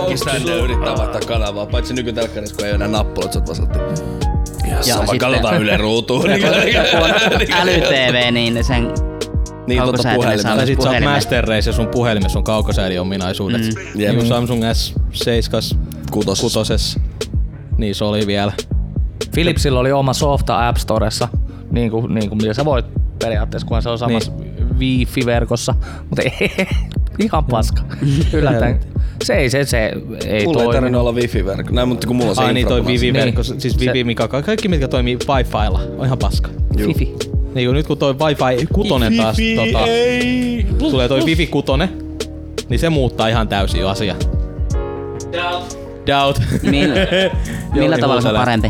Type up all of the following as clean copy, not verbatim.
Kaikki yrittää vaihtaa kanavaa, paitsi nykytelkkarissa, kun ei ole enää nappulat, sä oot vasalti. Ja vaan katsotaan Yle ruutuun. Äly-TV, niin sen kaukosäätimen saa tai sit sä oot puhelimeen. Master Race ja sun puhelimessa on kaukosäädiominaisuudet. Niin Samsung S7 6. Niin se oli vielä. Philipsillä oli oma softa App Storessa, niin kuin millä sä voit periaatteessa, kunhan se on samassa Wi-Fi-verkossa, mutta ihan paska. Yllättäen. Se ei mulla ei tarvinnut olla wifi-verkko. Näin, mutta kun mulla on se niin toi Wifi-verkko, Niin. siis Wifi, mikä kaikki mitkä toimii Wi-Filla, on ihan paska. Fifi. Niin nyt kun toi Wi-Fi 6 taas tulee toi Wifi 6, niin se muuttaa ihan täysin jo asia. Doubt. Millä tavalla se on parempi?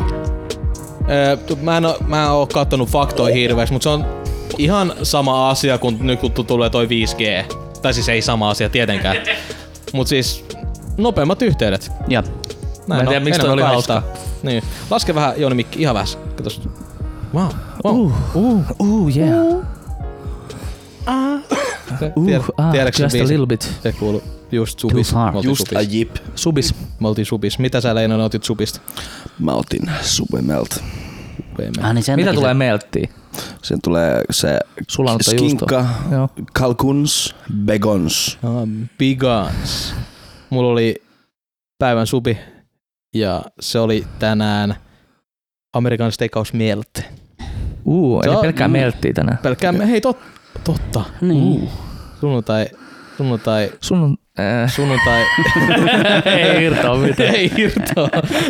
Mä en oo kattonut faktoja hirveästi, mutta se on ihan sama asia kuin nyt kun tulee toi 5G. Tai siis ei sama asia tietenkään. Mut siis nopeammat yhteydet. Joo. Mä en tiedä miksi toi oli hauskaa. Niin. Laske vähän Jouni mikki ihan vähäs. Katos. Wow. Yeah. Tiedätkö just a little bit. Se kuuluu just Subis. Just a jip. Subis. Me oltiin Subis. Mitä sä Leinonen otit Subista? Mä otin Subemelt. Niin sen Mitä takia tulee melttiin? Sen tulee se Sulanutta skinkka, Joo. kalkuns, begons. Bigans. Mulla oli päivän Subi ja se oli tänään American Steakhouse Melt. Eli pelkkää melttiä tänään. Pelkkää, hei totta. Niin. Sunnuntai. Ei irtoa mitään. Ei irtoa.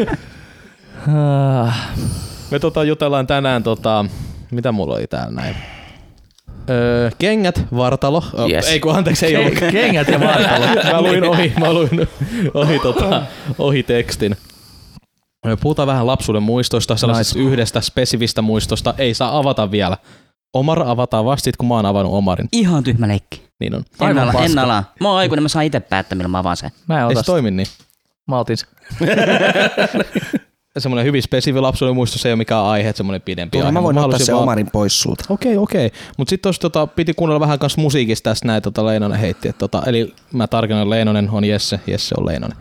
Me jutellaan tänään mitä mulla oli täällä näin? Kengät, vartalo. Yes. Ei kun anteeksi, ei ollut. Kengät ja vartalo. mä luin ohi tekstin. Me puhutaan vähän lapsuuden muistoista, sellaisesta yhdestä spesifistä muistosta. Ei saa avata vielä. Omar avataan vasta kun mä oon avannut Omarin. Ihan tyhmä leikki. Niin on. En ala. Mä oon aikuinen, mä saan ite päättää milloin mä avaan sen. Mä en Ei ota se toimi niin. Mä otin sen. Semmoinen hyvin spesifi lapsuuden muisto, se ei ole mikään aihe, että semmoinen pidempi aihe. Mä voin ottaa sen vaan Omarin pois sulta. Okei. Mut sit tossa piti kuunnella vähän kans musiikista tästä näin Leinonen heitti. Eli mä tarkennan, Leinonen on Jesse on Leinonen.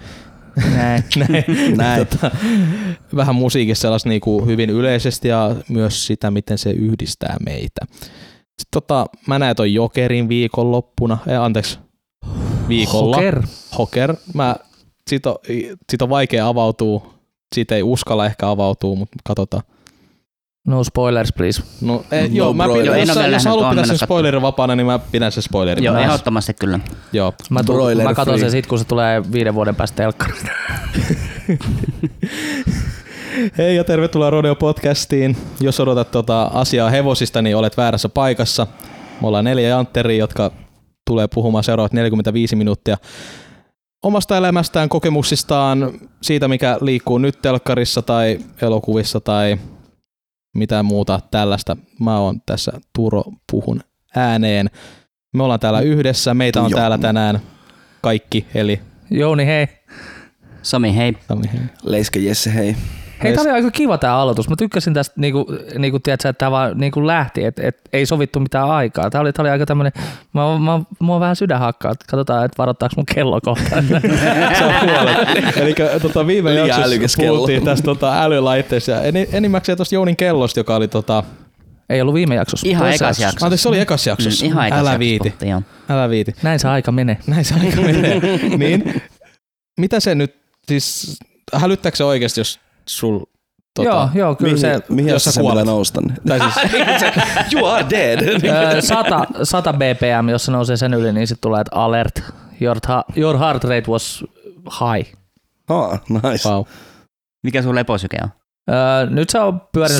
Näin. Vähän musiikista sellaista niinku hyvin yleisesti ja myös sitä, miten se yhdistää meitä. Sitten mä näin ton Jokerin viikonloppuna. Viikolla. Hoker. Sit on vaikea avautua. Siitä ei uskalla ehkä avautua, mutta katsotaan. No spoilers, please. Jos haluat pitää sen spoilerin vapaana, niin mä pidän sen spoilerin. Joo, ehdottomasti kyllä. Joo. Mä katson sen sit, kun se tulee 5 vuoden päästä telkkarista. Hei ja tervetuloa Rodeo-podcastiin. Jos odotat asiaa hevosista, niin olet väärässä paikassa. Me ollaan 4 jantteria, jotka tulee puhumaan seuraavat 45 minuuttia omasta elämästään, kokemuksistaan, siitä mikä liikkuu nyt telkkarissa tai elokuvissa tai mitään muuta tällaista. Mä oon tässä Turo, puhun ääneen. Me ollaan täällä yhdessä, meitä on täällä tänään kaikki, eli Jouni, hei. Sami, hei. Leiske Jesse, hei. Hei, tää oli aika kiva tää aloitus. Mä tykkäsin tästä, niinku tiedätkö, että tää vaan niinku lähti, että ei sovittu mitään aikaa. Tää oli aika tämmönen, mä oon vähän sydänhakkaa. Katsotaan, että varoittaako mun kello kohta. Se on puolet. Elikkä viime jaksossa puhuttiin tästä älylaitteesta ja enimmäkseen tosta Jounin kellosta, joka oli Ei ollut viime jaksossa. Ihan ekas jaksossa. Anteeksi, se oli ekas jaksossa. Ihan ekas Älä viiti. Näin se aika menee. Niin. Mitä se nyt, siis hälyttääkö se oikeesti, jos sul Joo, kyllä se. Mihin jos sä kuolet noustan? Tai siis You are dead. 100 bpm, jos se nousee sen yli, niin sit tulee, että alert. Your heart rate was high. Oh, nice. Wow. Mikä sun leposyke on? Nyt se on pyörinyt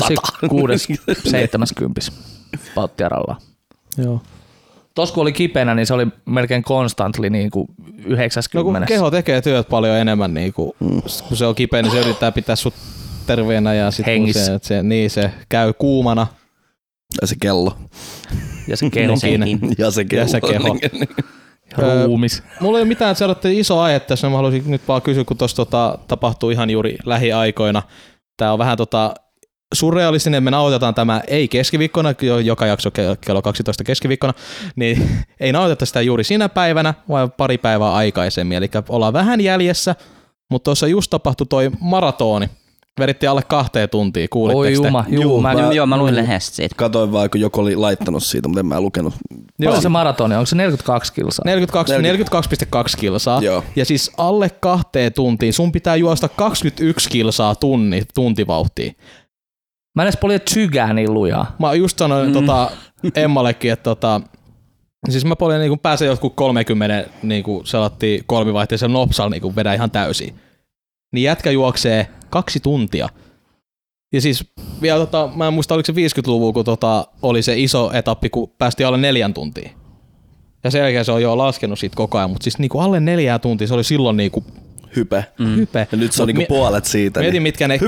6-70 pauttiaralla. Joo. Tos kun oli kipeänä, niin se oli melkein constantly niin kuin 90. No kun keho tekee työt paljon enemmän, niin kun se on kipeä, niin se yrittää pitää sut terveenä ja sit hengissä. Se käy kuumana. Ja se kello. Ja se keho. Ja se kello. Ruumis. Mulla ei ole mitään, että sä iso aihe tässä, mä haluaisin nyt vaan kysyä, kun tuossa tapahtuu ihan juuri lähiaikoina. Tää on vähän surrealistinen, me nauhoitetaan tämä ei keskiviikkona, joka jakso kello 12 keskiviikkona, niin ei nauhoiteta sitä juuri sinä päivänä, vaan pari päivää aikaisemmin. Eli ollaan vähän jäljessä, Mutta tuossa just tapahtui toi maratoni. Vedittiin alle 2 tuntia, kuulitteko te? Joo, mä luin lehdestä siitä. Katoin vaan, kun joku oli laittanut siitä, mutta en mä lukenut. Paljon se maratoni? Onko se 42 kilsaa? 42,2 kilsaa. Joo. Ja siis alle 2 tuntiin sun pitää juosta 21 kilsaa tuntivauhtia. Mä en edes polje tsygää niin lujaa. Mä just sanoin Emmallekin, että siis mä poljen niin pääsen jotkut 30 niin selattiin kolmivaihteisella nopsalla niin vedä ihan täysin. Niin jätkä juoksee 2 tuntia. Ja siis vielä mä en muista oliko se 50-luvulla, kun oli se iso etappi, kun päästiin alle 4 tuntia. Ja sen jälkeen se on jo laskenut siitä koko ajan, mutta siis niinku alle 4 tuntia se oli silloin niinku hype. Hype. Ja nyt se on niinku puolet siitä. Mietin,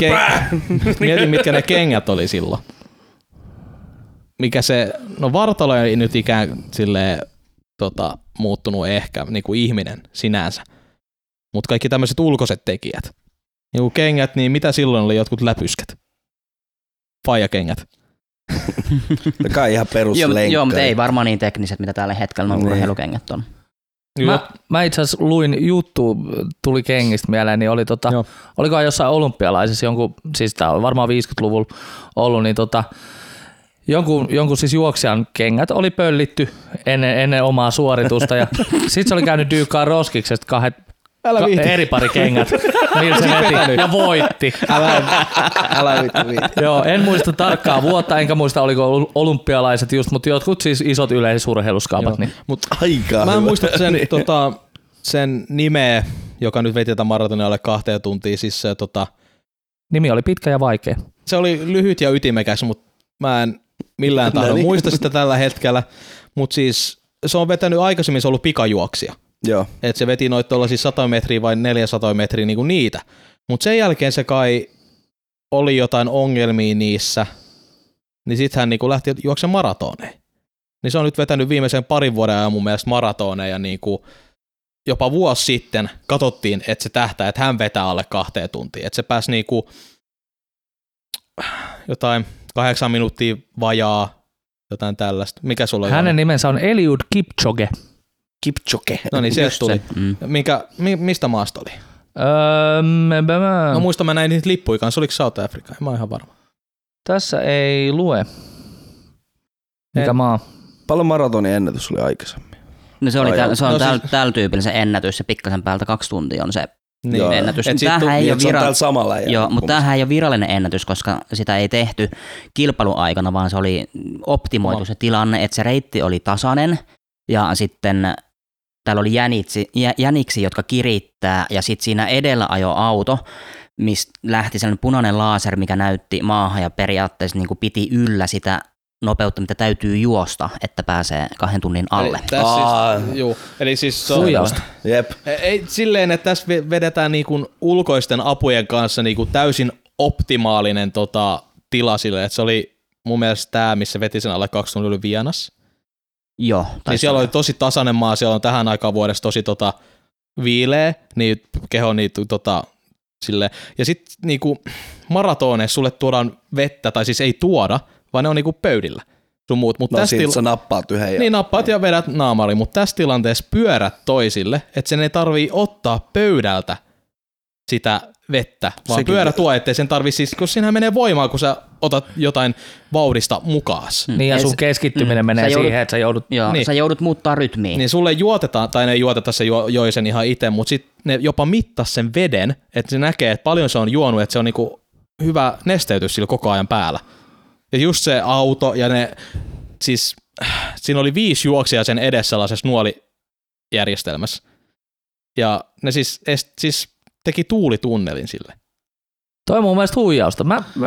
niin. mitkä ne kengät oli silloin. Mikä se, no vartalo ei nyt ikään silleen muuttunut ehkä niinku ihminen sinänsä. Mutta kaikki tämmöiset ulkoiset tekijät. Joku kengät, niin mitä silloin oli jotkut läpyskät? Faijakengät. Kai ihan peruslenkkäri. Joo, mutta ei varmaan niin tekniset, mitä tällä hetkellä nuo urheilukengät on. Mä itse asiassa luin juttu, tuli kengistä mieleen, niin oli olikohan jossain olympialaisissa jonkun, siis tää on varmaan 50-luvulla ollut, niin jonkun siis juoksijan kengät oli pöllitty ennen omaa suoritusta ja sit se oli käynyt dyykkaa roskiksesta 2 eri pari kengät, millä se veti ja voitti. Älä viitti. Joo, en muista tarkkaa vuotta, enkä muista oliko olympialaiset just, mutta jotkut siis isot yleisurheiluskaupat. Niin. Mä en muista sen nimeä, joka nyt veti tätä maratonia alle 2 tuntia. Siis se, nimi oli pitkä ja vaikea. Se oli lyhyt ja ytimekäs, mutta mä en millään tahdolla muista sitä tällä hetkellä. Mutta siis se on vetänyt aikaisemmin, se on ollut pikajuoksija. Joo. Että se veti noita tuollaisia 100 metriä vai 400 metriä niinku niitä. Mutta sen jälkeen se kai oli jotain ongelmia niissä, niin sitten hän niinku lähti juoksemaan maratoneen. Niin se on nyt vetänyt viimeisen 2 vuoden ajan mun mielestä maratoneja niinku jopa vuosi sitten katsottiin, että se tähtää, että hän vetää alle 2 tuntia. Että se pääsi niinku jotain 8 minuuttia vajaa, jotain tällaista. Mikä sulla on? Hänen nimensä on Eliud Kipchoge. Kipchoge. No niin, sieltä tuli. Mistä maasta oli? No muista mä näin niitä lippuja kanssa. Oliko South Africa? Mä oon ihan varma. Tässä ei lue. Mikä maa? Paljon maratonin ennätys oli aikaisemmin. No se on tällä tyypillä se ennätys ja pikkasen päältä 2 tuntia on se ennätys. Mutta tämähän ei ole virallinen ennätys, koska sitä ei tehty kilpailuaikana, vaan se oli optimoitu se tilanne, että se reitti oli tasainen ja sitten täällä oli jäniksi, jotka kirittää ja sitten siinä edellä ajo auto, mistä lähti sellainen punainen laser, mikä näytti maahan ja periaatteessa niin kuin piti yllä sitä nopeutta, mitä täytyy juosta, että pääsee 2 tunnin alle. Eli siis Jep. Ei silleen, että tässä vedetään niinku ulkoisten apujen kanssa niinku täysin optimaalinen tila sille, että se oli mun mielestä tämä, missä veti sen alle 2 tuntia, oli Vienas. Joo. Niin siellä oli tosi tasainen maa, siellä on tähän aikaan vuodesta tosi viileä, niin keho niitä silleen. Ja sitten niinku maratoneissa sulle tuodaan vettä, tai siis ei tuoda, vaan ne on niinku pöydillä. No siitä sä nappaat yhden. Niin nappaat ja vedät naamari, mutta tässä tilanteessa pyörät toisille, että sen ei tarvii ottaa pöydältä sitä vettä, vaan pyörä tuo, ettei sen tarvii siis, kun siinähän menee voimaa, kun sä otat jotain vauhdista mukaas. Niin ja sun keskittyminen menee siihen, että sä joudut... Joo, niin. Sä joudut muuttaa rytmiin. Niin sulle juotetaan, tai ne ei juoteta, se joi sen ihan itse, mutta sitten ne jopa mittas sen veden, että se näkee, että paljon se on juonut, että se on niinku hyvä nesteytys sillä koko ajan päällä. Ja just se auto ja ne, siis siinä oli 5 juoksijaa sen edessä sellaisessa nuolijärjestelmässä. Ja ne siis teki tuulitunnelin sille. Toi on mun mielestä huijausta.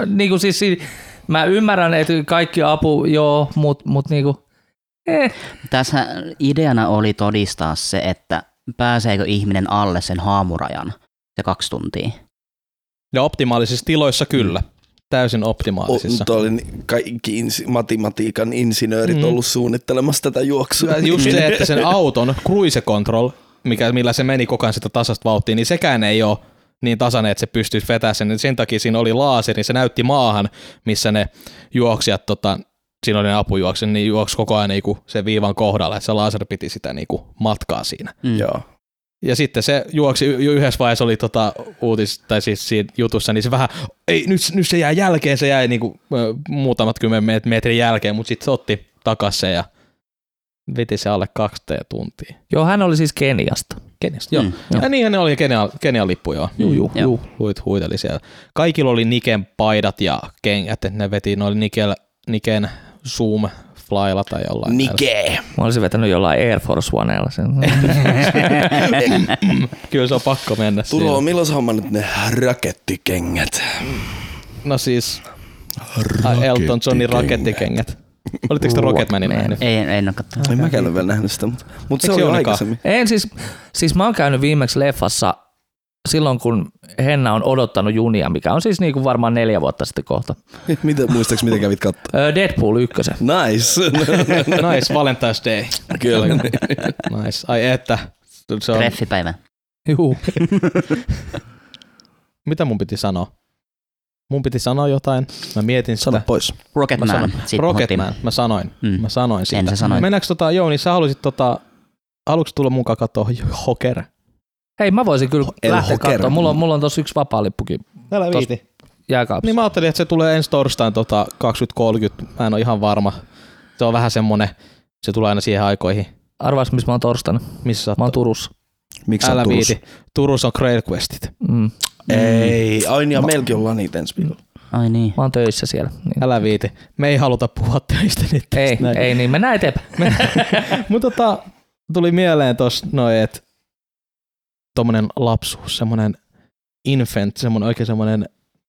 Mä ymmärrän, että kaikki apu, joo, mut niinku... Tässä ideana oli todistaa se, että pääseekö ihminen alle sen haamurajan, se 2 tuntia. Ja optimaalisissa tiloissa kyllä. Täysin optimaalisissa. Tuo oli kaikki matematiikan insinöörit ollut suunnittelemassa tätä juoksua. Just se, että sen auton cruise control, millä se meni koko ajan sitä tasasta vauhtia, niin sekään ei ole niin tasainen, että se pystyisi vetämään sen. Sen takia siinä oli laaseri, niin se näytti maahan, missä ne juoksijat, siinä oli ne apujuokset, niin juoksi koko ajan niinku sen viivan kohdalla, että se laser piti sitä niinku matkaa siinä. Joo. Ja sitten se juoksi yhdessä vaiheessa oli tai siis siinä jutussa, niin se vähän, ei nyt se jäi jälkeen, se jäi niinku muutamat 10 metrin jälkeen, mutta sitten se otti takaisin ja veti se alle 2 tuntia. Joo, hän oli siis Keniasta. Joo. Ja niinhän ne oli Kenian lippu, joo. Juu. Huiteli siellä. Kaikilla oli Niken paidat ja kengät, että ne veti noilla Niken Zoom Flylla tai jollain. Nike! Mä olisin vetänyt jollain Air Force Oneella sen. Kyllä se on pakko mennä siihen. Turo, milloin sä hommannut ne rakettikengät? No siis Elton Johnin rakettikengät. Olitteko te Rocketmanin nähnyt? En ole katsonut. En mäkään ole vielä nähnyt sitä, mutta se oli jo aikaisemmin. En siis mä oon käynyt viimeksi leffassa silloin, kun Henna on odottanut junia, mikä on siis niinku varmaan 4 vuotta sitten kohta. Muistaaks miten kävit katsoa? Deadpool 1. Nice. Nice, Valentine's Day. Kyllä. Nice. Ai että. Treffipäivä. Juu. Mitä mun piti sanoa? Mun piti sanoa jotain. Mä mietin sitä. Sano pois. Rocketman. Rocketman. Mä sanoin sitä. Entä sanoit? Mennäänkö Jouni, sä halusit haluatko tulla mukaan katsoa Hoker? Hei, mä voisin kyllä lähteä katsoa. Mulla on tossa yksi vapaa lippukin. Älä viiti. Jääkaapissa. Niin mä ajattelin, että se tulee ensi torstain 2030. Mä en ole ihan varma. Se on vähän semmonen, se tulee aina siihen aikoihin. Arvaas, missä mä oon torstaina. Missä sä oot? Mä oon Turussa. Miksi älä viiti. Turussa on Grail Questit. Ei, aina meilläkin on lanit ensi viikolla. Ai niin. Mä oon töissä siellä. Niin. Älä viiti. Me ei haluta puhua töistä nyt. Ei niin, mennään eteenpäin. Mutta tuli mieleen tossa noin, että tommonen lapsuus, semmonen infant, semmonen oikein semmonen,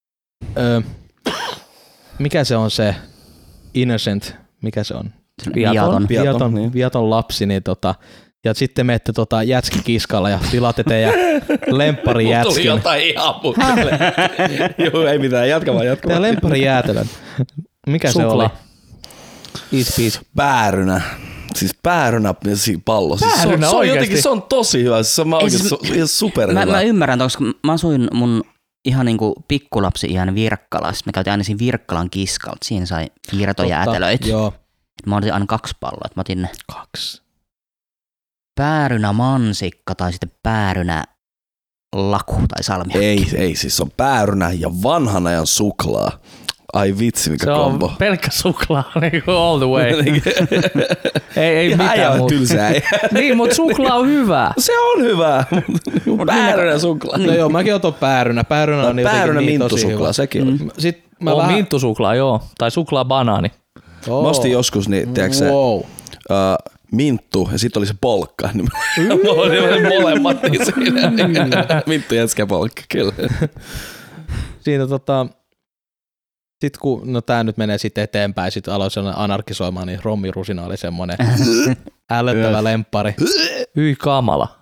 mikä se on se innocent, mikä se on? Viaton lapsi, niin ja sitten menette jätskikiskalla ja tilaatte teidän lemppari jätskin. Tuli jotain ihan mukkelle. Joo, ei mitään, jatka vaan. Teidän lemppari jäätelön. Mikä se oli? Päärynä. Siis päärynä pallo. Päärynä se on oikeesti? jotenkin, se on tosi hyvä. Se on ihan superhyvä. Mä ymmärrän, koska mä asuin mun ihan niinku pikkulapsi-iän Virkkalassa. Me käytiin aina siinä Virkkalan kiskalta. Siinä sai virtojäätelöitä. Joo. Mä otin aina 2 palloa. Mä otin 2. Päärynä mansikka tai sitten päärynä laku tai salmiakki. Ei, siis on päärynä ja vanhan ajan suklaa. Ai vitsi, mikä kombo. Se on pelkkä suklaa, niin kuin all the way. ei mitään muuta. Tylsää. Niin, mutta suklaa on hyvä. Se on hyvä. Päärynä suklaa. No joo, mäkin otan päärynä. Päärynä on päärynä niin minttusuklaa, sekin on. Sitten mä vähän... Minttusuklaa, joo. Tai suklaa-banaani. Mä ostin joskus, niin tiedätkö minttu ja sitten oli se polkka. Niin mä olin molemmat niin siinä. Minttu jätkä polkka, kyllä. Siinä sitten kun, tää nyt menee sitten eteenpäin, sitten aloin sellainen anarkisoimaan, niin Rommi Rusina oli semmoinen ällöttävä lemppari. Hyi kamala.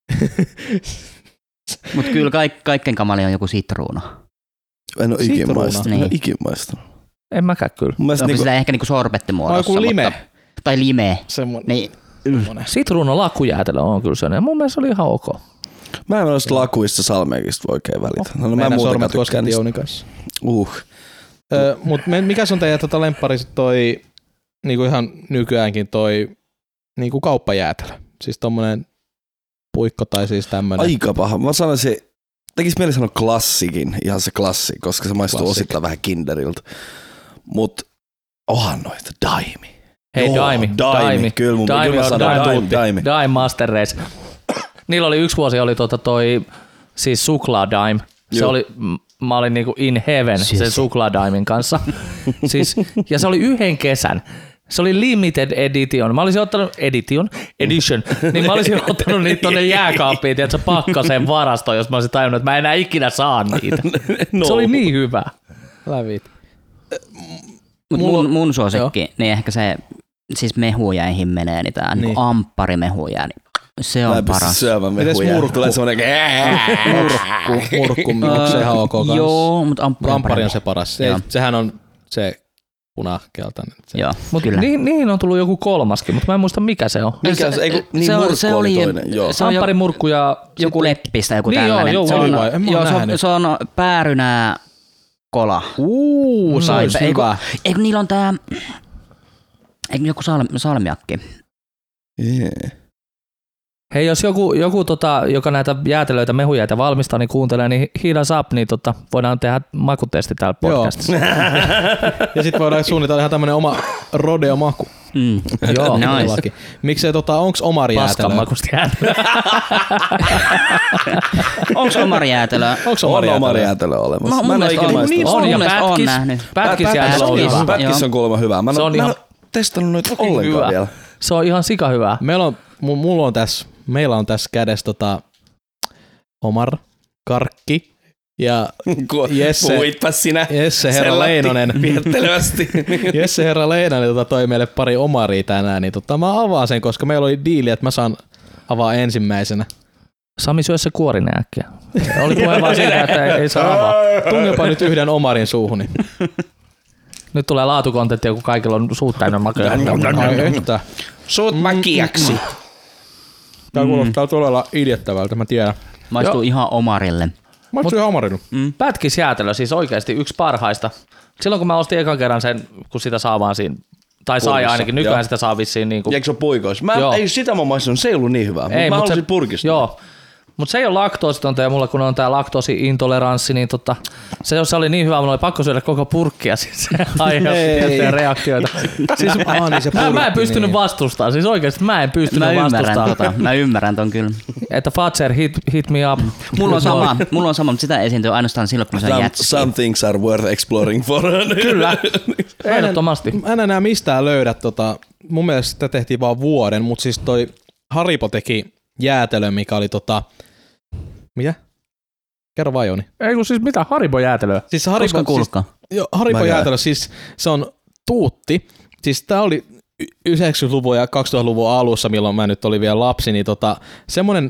Mut kyllä kaikkein kamali on joku sitruuna. En oo ikin maistanut. En mäkään kyllä. Onko sitä ehkä niinku sorbettimuodossa? Joku lime. Tai lime. Semmoinen. Niin. Sitruunan lakujäätelö on kyllä sellainen. Mun mielestä oli ihan ok. Mä en noista lakuista salmiakista oikein välitä. No, meidän sormet kosketti Jounin kanssa. Mut mikä on teidän lemppari toi niinku ihan nykyäänkin toi niinku kauppajäätelö? Siis tommonen puikko tai siis tämmönen. Aika paha. Mä sanoisin, tekis mieli sanoa klassikin, ihan se klassik, koska se maistuu osittain vähän kinderiltä. Mut onhan noita Daimi. Hei, Daimi. Kyllä mun Daimi. Daimi Master Race. Niillä oli yksi vuosi oli toi siis suklaa Daim. Se oli, mä olin niinku in heaven sen suklaa Daimin kanssa. Siis, ja se oli yhden kesän. Se oli limited edition. Mä olisin ottanut edition, niin mä olisin ottanut niitä tonne jääkaappiin, tiedätkö, pakkaseen varastoon, jos mä olisin tajunnut, että mä en enää ikinä saa niitä. No. Se oli niin hyvä. Lävit. Mun suosikki, niin ehkä se, siis mehujäihin menee, niin tää niin. Amppari-mehujää, niin se on paras. Syövä mehujää. Tulee semmoinen murkku, onko se ihan ok kanssa? Joo, mutta amppari on se paras. Sehän on se punakeltainen. Joo, mutta niihin on tullut joku kolmaskin, mutta mä en muista mikä se on. Se oli toinen. Ampparimurkku ja joku leppistä, joku niin tällainen. Se on päärynää kola. Se olisi hyvä. Eikö niillä on tää, eikö joku salmiakki? Yeah. Hei, jos joku joka näitä jäätelöitä, mehujäitä valmistaa, niin kuuntelee, niin hit us up, niin voidaan tehdä makutesti täällä podcastissa. Ja sitten voidaan suunnitella ihan tämmönen oma rodeo-maku. Joo, nice. Miksei onks Omari jäätelöä? Paskan makusti jäätelöä. Onks Omari jäätelöä? On Omari jäätelöä olemassa. Mä en ole ikinä maistanut. Pätkis jäätelö on hyvä. Pätkis on kuulemma hyvä. Mä en ole testannut noita ollenkaan vielä. Se on ihan sika hyvää. Meillä on tässä kädessä Omar Karkki ja Jesse Herra Leinonen. Jesse Herra Leinonen toi meille pari Omaria tänään, niin mä avaan sen, koska meillä oli diili, että mä saan avaa ensimmäisenä. Sami, syö se kuorinen äkkiä. Oli puhe vaan siitä, että ei saa avaa. Tungepa nyt yhden Omarin suuhuni. Nyt tulee laatukontenttia, kun kaikilla on suut täynnä makeaa. Suut makiaksi. Tää kuulostaa todella idjettävältä, mä tiedän. Maistuu ihan Omarille. Maistuu ihan Omarille. Pätkisjäätelö siis oikeasti yksi parhaista. Silloin kun mä ostin ekan kerran sen, kun sitä saa vaan siinä, tai sai purkissa, ainakin, nykyään sitä saa vissiin niinku. Eikö se ole puikoissa? Ei sitä mä maistanut, se ei ollut niin hyvää, mutta mä halusin purkista. Joo. Mutta se ei ole laktoositonta ja mulla kun on tää laktoosiintoleranssi, niin se oli niin hyvä, mulla oli pakko syödä koko purkkia, siis se aiheutti tiettyjä reaktioita. Siis, mä en pystynyt vastustamaan, siis oikeesti mä en pystynyt vastustamaan. Mä ymmärrän ton kyllä. Että Fatser hit me up. Mulla on sama, mutta sitä esiintyy ainoastaan silloin, kun se on jätski. Some things are worth exploring for. Kyllä, ehdottomasti. Mä en enää mistään löydä mun mielestä sitä tehtiin vaan vuoden, mutta siis toi Haribo teki jäätelö, mikä oli mitä? Kerro vaan, Jouni. Ei kun siis mitä? Haribo-jäätelöä? Siis Haribo-jäätelö, siis se on tuutti. Siis tää oli 90-luvun ja 2000-luvun alussa, milloin mä nyt olin vielä lapsi, niin semmonen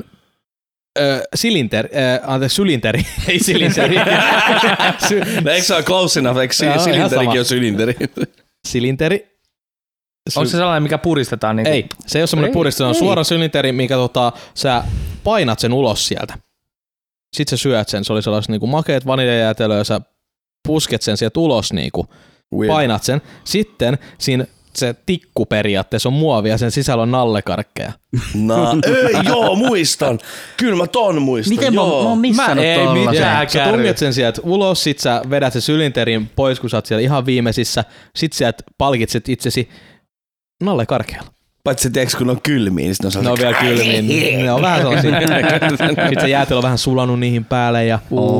sylinteri, ei silinteri. Eikö se ole close enough? Eikö silinterikin ole sylinteri? Silinteri. Onko se sellainen, mikä puristetaan? Niin ei, se ei ole semmoinen puristettu, se on suora sylinteri, minkä sä painat sen ulos sieltä. Sitten sä syöt sen, se oli sellaiset niinku makeet vaniljajäätelöä, sä pusket sen sieltä ulos, niinku, painat sen. Sitten siinä se tikku periaatteessa on muovia, sen sisällä on nallekarkkeja. Joo, muistan. Kyllä mä ton muistan. Miten mä oon missannut tollasen? Sä tunget sen sieltä ulos, sit sä vedät sen sylinterin pois, kun sä oot siellä ihan viimeisissä. Sit sä palkitset itsesi nallekarkealla. Paitsi tiedätkö, kun ne on kylmiä, niin ne on vielä kylmiä. Ne on vähän sellaisia. Sitten se jäätelö on vähän sulanut niihin päälle. Ja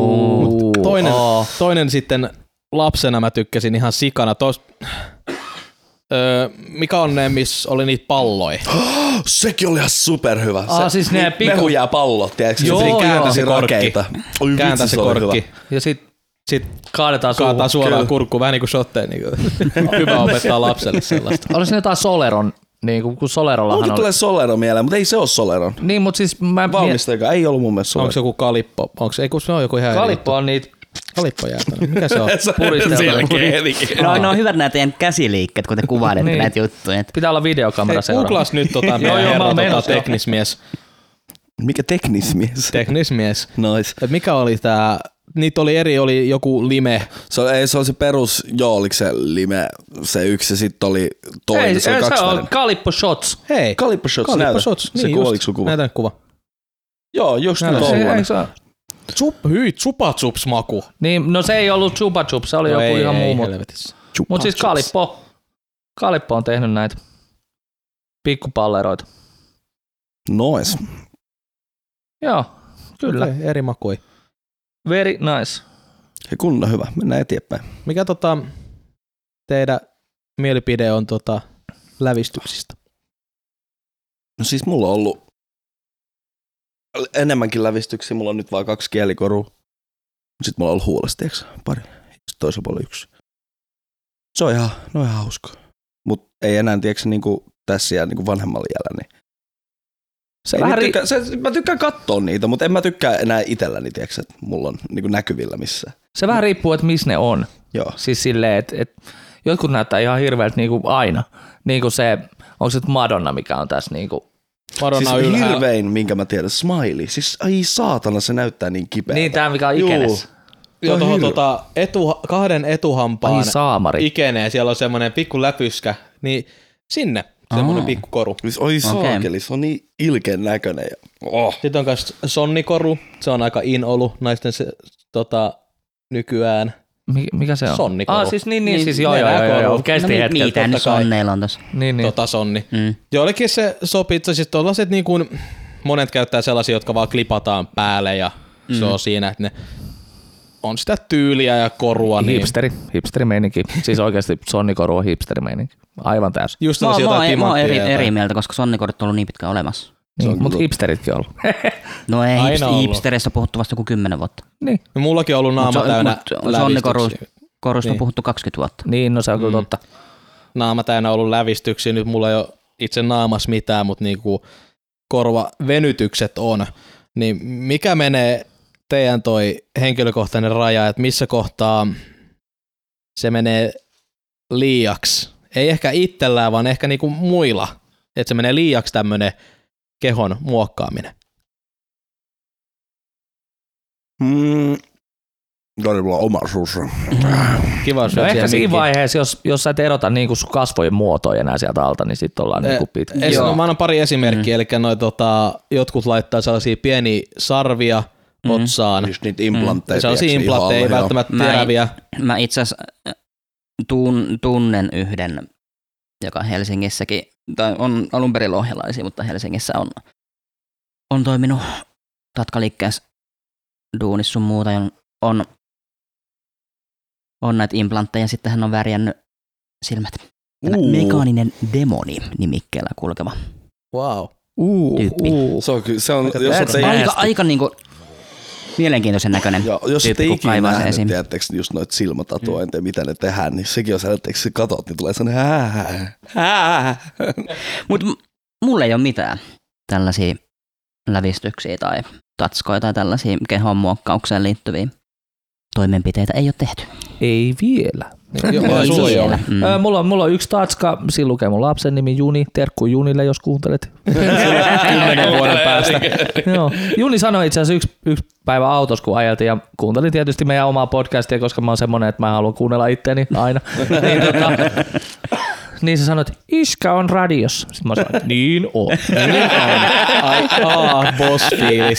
toinen sitten lapsena mä tykkäsin ihan sikana. Mikä on ne, missä oli niitä palloja? Sekin oli ihan superhyvä. Siis ne mehujää pallot, tiedätkö? Joo, kääntäisi rakeita. Kääntäisi korkki. Ja sit kaadetaan suoraan kurkkuun, vähän niin kuin shotteen. Niin hyvä opettaa lapselle sellaista. Olisi ne jotain Soleron, niin kuin Solerollahan on. Tulee Solero mieleen, mutta ei se ole Soleron. Niin, mutta siis valmistajakaan ei ollut mun mielestä Solero. Onko se joku Kalippo? Se on joku ihan Kalippo on niitä. Kalippojäätelö. Mikä se on? No, ne on hyvät nämä teidän käsiliikkeet, kun te kuvailette niin. Näitä juttuja. Pitää olla videokamera seuraava. Googlas nyt teknismies. Mikä teknismies? Teknismies. Nice. Mikä oli tää? Niitä oli joku lime. Se oli se perus, oliko se lime, se yksi ja sitten oli toinen, se oli kaksi välinen. Se on Kalippo Shots. Hei. Kalippo Shots, näytä. Niin just, näytän kuva. Joo, just tuollainen. Chupa Chups maku. Niin, no se ei ollut Chupa Chups, se oli joku ihan muu. Mutta siis Kalippo on tehnyt näitä pikkupalleroita. Nois. Joo, kyllä. Okay, eri makui. Very nice. Ja kunnon hyvä, mennään eteenpäin. Mikä teidän mielipide on lävistyksistä? No siis mulla on ollut enemmänkin lävistyksiä, mulla on nyt vaan 2 kielikorua. Sitten mulla on ollut huolesta, tiiäks, pari. Sitten toisella puolella 1. Se on ihan hauska. Mut ei enää, tiiäks, niinku tässä ja niinku vanhemmalla jäljellä. Niin. Mä tykkään katsoa niitä, mutta en mä tykkää enää itselläni, tiiäks, että mulla on niinku näkyvillä missään. Se vähän riippuu, että missä ne on. Joo. Siis silleen, että jotkut näyttää ihan hirveältä niinku aina. Niinku se, onko se Madonna, mikä on tässä niinku. Madonna siis hirvein, minkä mä tiedän, Smiley. Siis ai saatana, se näyttää niin kipeältä. Niin, tää mikä on ikenes. Joo, tuohon 2 etuhampaan ikeneen, siellä on semmoinen pikku läpyskä, niin sinne Semmoinen pikkukoru. Oi saakeli, se on niin ilkeän näköinen. Sitten on myös sonnikoru, se on aika in ollut naisten nykyään. Mikä se on? Sonnikoru. Siis siis joo. Kesti hetken. Mitä nyt sonneilla on tossa? Niin. Sonni. Joillekin se sopii, siis tollaset niin kuin, monet käyttää sellaisia, jotka vaan klipataan päälle ja se on siinä, että ne on sitä tyyliä ja korua. Hipsterimeininki. Siis oikeasti sonnikoru on hipsterimeininki. Aivan täysin. Just mä oon eri mieltä, koska sonnikorut on ollut niin pitkään olemassa. Niin, mutta hipsteritkin on ollut. No ei, hipstereistä puhuttu vasta kuin 10 vuotta. Niin. No, mullakin on ollut naama täynnä Sonnikorusta on puhuttu 20 vuotta. Niin, no se on kyllä totta. Naama täynnä ollut lävistyksiä, nyt mulla ei ole itse naamas mitään, mutta niinku korvavenytykset on. Niin mikä menee teidän toi henkilökohtainen raja, että missä kohtaa se menee liiaksi? Ei ehkä itsellään, vaan ehkä niinku muilla. Että se menee liiaksi tämmönen kehon muokkaaminen. Todella oma suussa. Kiva, no ehkä siinä vaiheessa, jos sä et erota niinku kasvojen muotoja enää sieltä alta, niin sitten ollaan niinku pitkä. Mä annan pari esimerkkiä, eli jotkut laittaa sellaisia pieniä sarvia otsaan. Just niitä implantteja. Sellaisia implantteja, ei välttämättä teräviä. Mä itse asiassa tunnen yhden, joka Helsingissäkin, tai on alun perin lohjalaisia, mutta Helsingissä on toiminut tatkaliikkeessä duunissa sun muuta, on näitä implantteja, sitten hän on värjännyt silmät. Mekaaninen demoni -nimikkeellä kulkeva tyyppi. Se on aika niinku mielenkiintoisen näköinen. Jos ette ikinä nähnyt, tiedättekö just noita silmätatuointeja, mitä ne tehdään, niin sekin on sellainen, että katot, niin tulee sellainen Mutta mulla ei ole mitään tällaisia lävistyksiä tai tatskoja tai tällaisia kehon muokkaukseen liittyviä toimenpiteitä ei ole tehty. Ei vielä. Mulla on yksi tatska, siinä lukee mun lapsen nimi Juni, terkku Junille, jos kuuntelet 10 vuoden päästä. Joo. Juni sanoi itse asiassa yksi päivä autossa, kun ajeltiin ja kuuntelin tietysti meidän omaa podcastia, koska mä oon semmonen, että mä haluan kuunnella itteeni aina. Niin se sanoi, että iskä on radiossa. Sitten mä sanoin, että niin on. Boss-fiilis.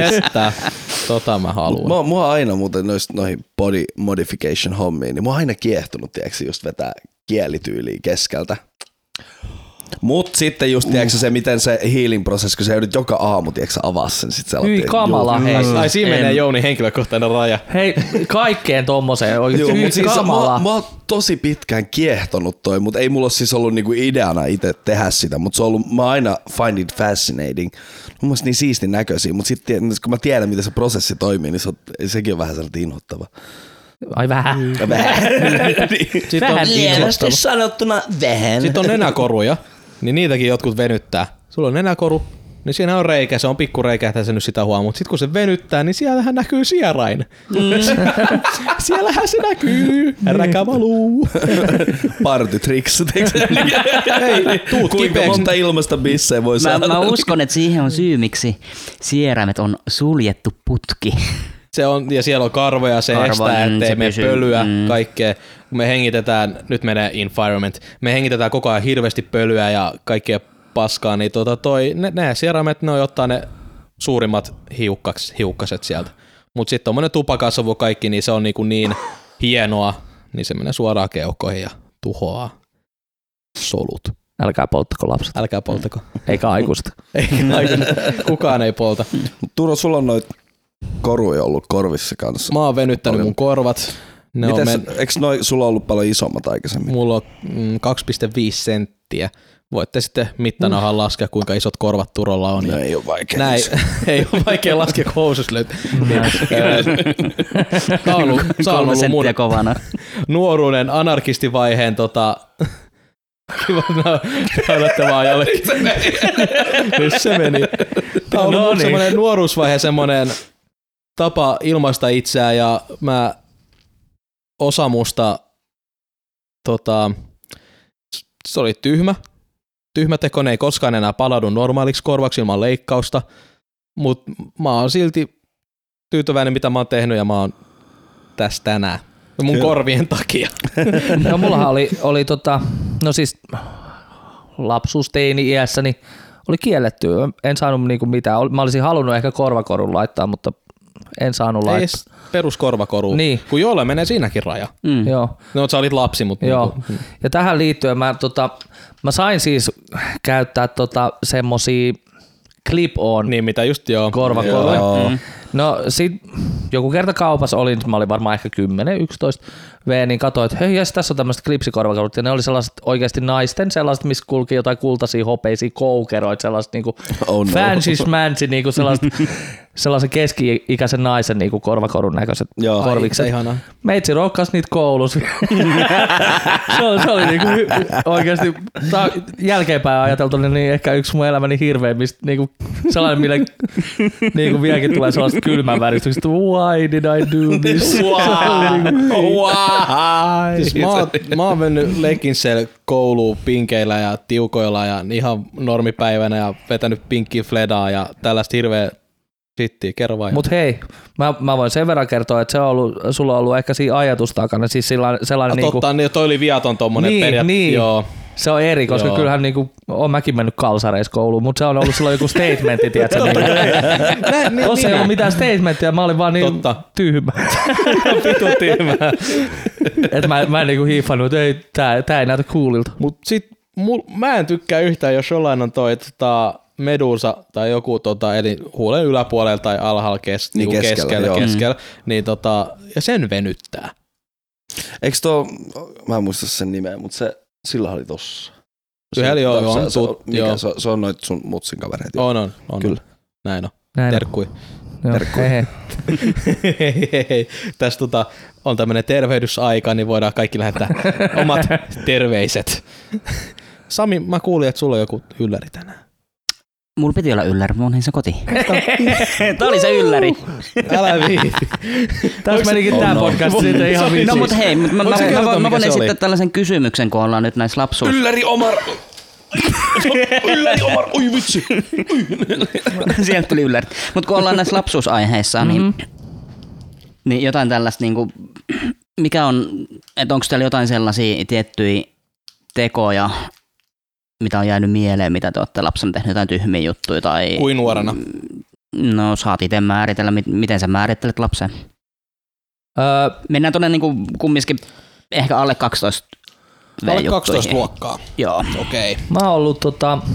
Mä haluan. Mua aina muuten noihin body modification hommiin, niin mua aina kiehtunut, tiedätkö, just vetää kielityyliä keskeltä. Mut sitten just, tiedätkö, se miten se healing-prosessi, kun sä joudut joka aamu, tiedätkö, avaa sen. Sit sä hyi kamala, hei. Ai siinä menee Jouni henkilökohtainen raja. Hei, kaikkeen tommoseen oikein. Hyi kamala. Mä oon tosi pitkään kiehtonut toi, mutta ei mulla ole siis ollut niinku ideana itse tehdä sitä, mutta se on ollut, mä aina find it fascinating. Mun mielestä niin siistin näköisiä, mutta sitten kun mä tiedän, miten se prosessi toimii, niin sekin on vähän sellainen inhottava. Ai vähän. Vähän lievästi sanottuna vähän. Sitten on nenäkoruja, niin niitäkin jotkut venyttää. Sulla on nenäkoru, niin siinä on reikä, se on pikkureikä, että se nyt sitä huomaa, mutta sitten kun se venyttää, niin siellähän näkyy sierain. Siellähän se näkyy. Räkä valuu. Party tricks. Hei, tuut kuinka monta ilmasta bissejä voi saada? Mä uskon, että siihen on syy, miksi sieraimet on suljettu putki. Se on, ja siellä on karvoja, se estää, ettei mene pölyä, kaikkea. Kun me hengitetään, nyt menee environment, me hengitetään koko ajan hirveästi pölyä ja kaikkea paskaa, niin ne sieraimet, ne ottaa ne suurimmat hiukkaset sieltä. Mutta sitten tommonen tupakasavu kaikki, niin se on niin hienoa, niin se menee suoraan keuhkoihin ja tuhoaa solut. Älkää polttako lapset. Älkää polttako. Eikä aikuista. Kukaan ei polta. Turo, sulla on noit koruja ollut korvissa kanssa. Mä oon venyttänyt mun korvat. Eikö sulla ollut paljon isommat aikaisemmin? Mulla on 2,5 senttiä. Voitte sitten mittanahan laskea, kuinka isot korvat Turolla on. No ei ole vaikea. Ei ole vaikea laskea, kun housus löytyy. Tää on ollut mun kovana. Nuoruuden anarkistivaiheen kiva, näytätte vaan jollekin. Nyt se meni. Tää on ollut semmoinen nuoruusvaihe, semmoinen tapa ilmaista itseään ja osa musta se oli tyhmä teko, ne ei koskaan enää palaudu normaaliksi korvaksi ilman leikkausta, mutta mä oon silti tyytyväinen, mitä mä oon tehnyt ja mä oon tässä tänään. Mun korvien takia. No mullahan oli no siis lapsuusteini-iässäni oli kielletty. En saanut niinku mitään. Mä olisin halunnut ehkä korvakorun laittaa, mutta en saanut laittaa. Ei peruskorvakoru, niin. Kun jolle menee siinäkin raja. Joo. No sä olit lapsi, mutta... Joo. Ja tähän liittyen mä sain siis käyttää semmosia clip-on niin, mitä just korvakoruja. No sit joku kerta kaupassa olin, mä olin varmaan ehkä 10-11 niin katsoin, että hei, tässä on tämmöiset klipsikorvakorut, ja ne oli sellaiset oikeasti naisten, sellaiset, missä kulki jotain kultaisia, hopeisia koukeroita, sellaiset niinku fancy-schmancy, niinku sellaisen keski-ikäisen naisen niinku korvakorun näköiset korvikset. Meitsi rokkas niitä koulussa. se oli niinku oikeasti jälkeenpäin ajateltu, niin ehkä yksi mun elämäni hirveimmistä, niinku sellainen, mille niinku vieläkin tulee sellaista kylmän väristyksestä, why did I do this? Siis mä oon mennyt Leginsellä kouluun pinkeillä ja tiukoilla ja ihan normipäivänä ja vetänyt pinkkiä fledaa ja tällaista hirveä shittiä. Kerro vaan. Mut hei, mä voin sen verran kertoa, että sulla on ollut ehkä siinä ajatus takana. Siis sellainen totta, niin toi oli viaton tommonen niin. Joo. Se on eri, koska kyllähän niinku, oon mäkin mennyt kalsareissa kouluun, mutta se on ollut silloin joku statementti, tiedätkö? Tuossa ei ollut mitään statementtia, mä olin vaan niin tyhmä. Pitu tyhmä. Et mä en niinku hiiffannut, että tää ei näytä coolilta. Mut sit mä en tykkää yhtään, jos jollain on toi medusa tai joku eli huulen yläpuolella tai alhaalla keskellä, niin ja sen venyttää. Eikö mä en muista sen nimeä, mutta sillä oli tossa. Se on noit sun mutsin kavereita. On. Kyllä. Näin on. Terkkui. Hei. Tässä on tämmönen tervehdysaika, niin voidaan kaikki lähettää omat terveiset. Sami, mä kuulin, että sulla on joku ylläri tänään. Mulla piti olla ylläri, mä oon se koti. Tää oli se ylläri. Älä viiti. Tässä menikin tää podcast siitä ihan viisi. No mut hei, mä voin esittää tällaisen kysymyksen, kun ollaan nyt näissä lapsuus. Ylläri Omar, oi vitsi. Sieltä tuli ylläri. Mut kun ollaan näissä lapsuusaiheissa, niin jotain tällaista niinku, mikä on, että onko teillä jotain sellaisia tiettyjä tekoja, mitä on jäänyt mieleen, mitä te olette lapsena tehnyt, jotain tyhmiä juttuja tai... Kuin nuorena? No saat itse määritellä, miten sä määrittelet lapsen. Mennään tuonne niinku kumminkin ehkä alle 12 alle 12 luokkaa? Joo. Okei. Okay. Mä oon ollut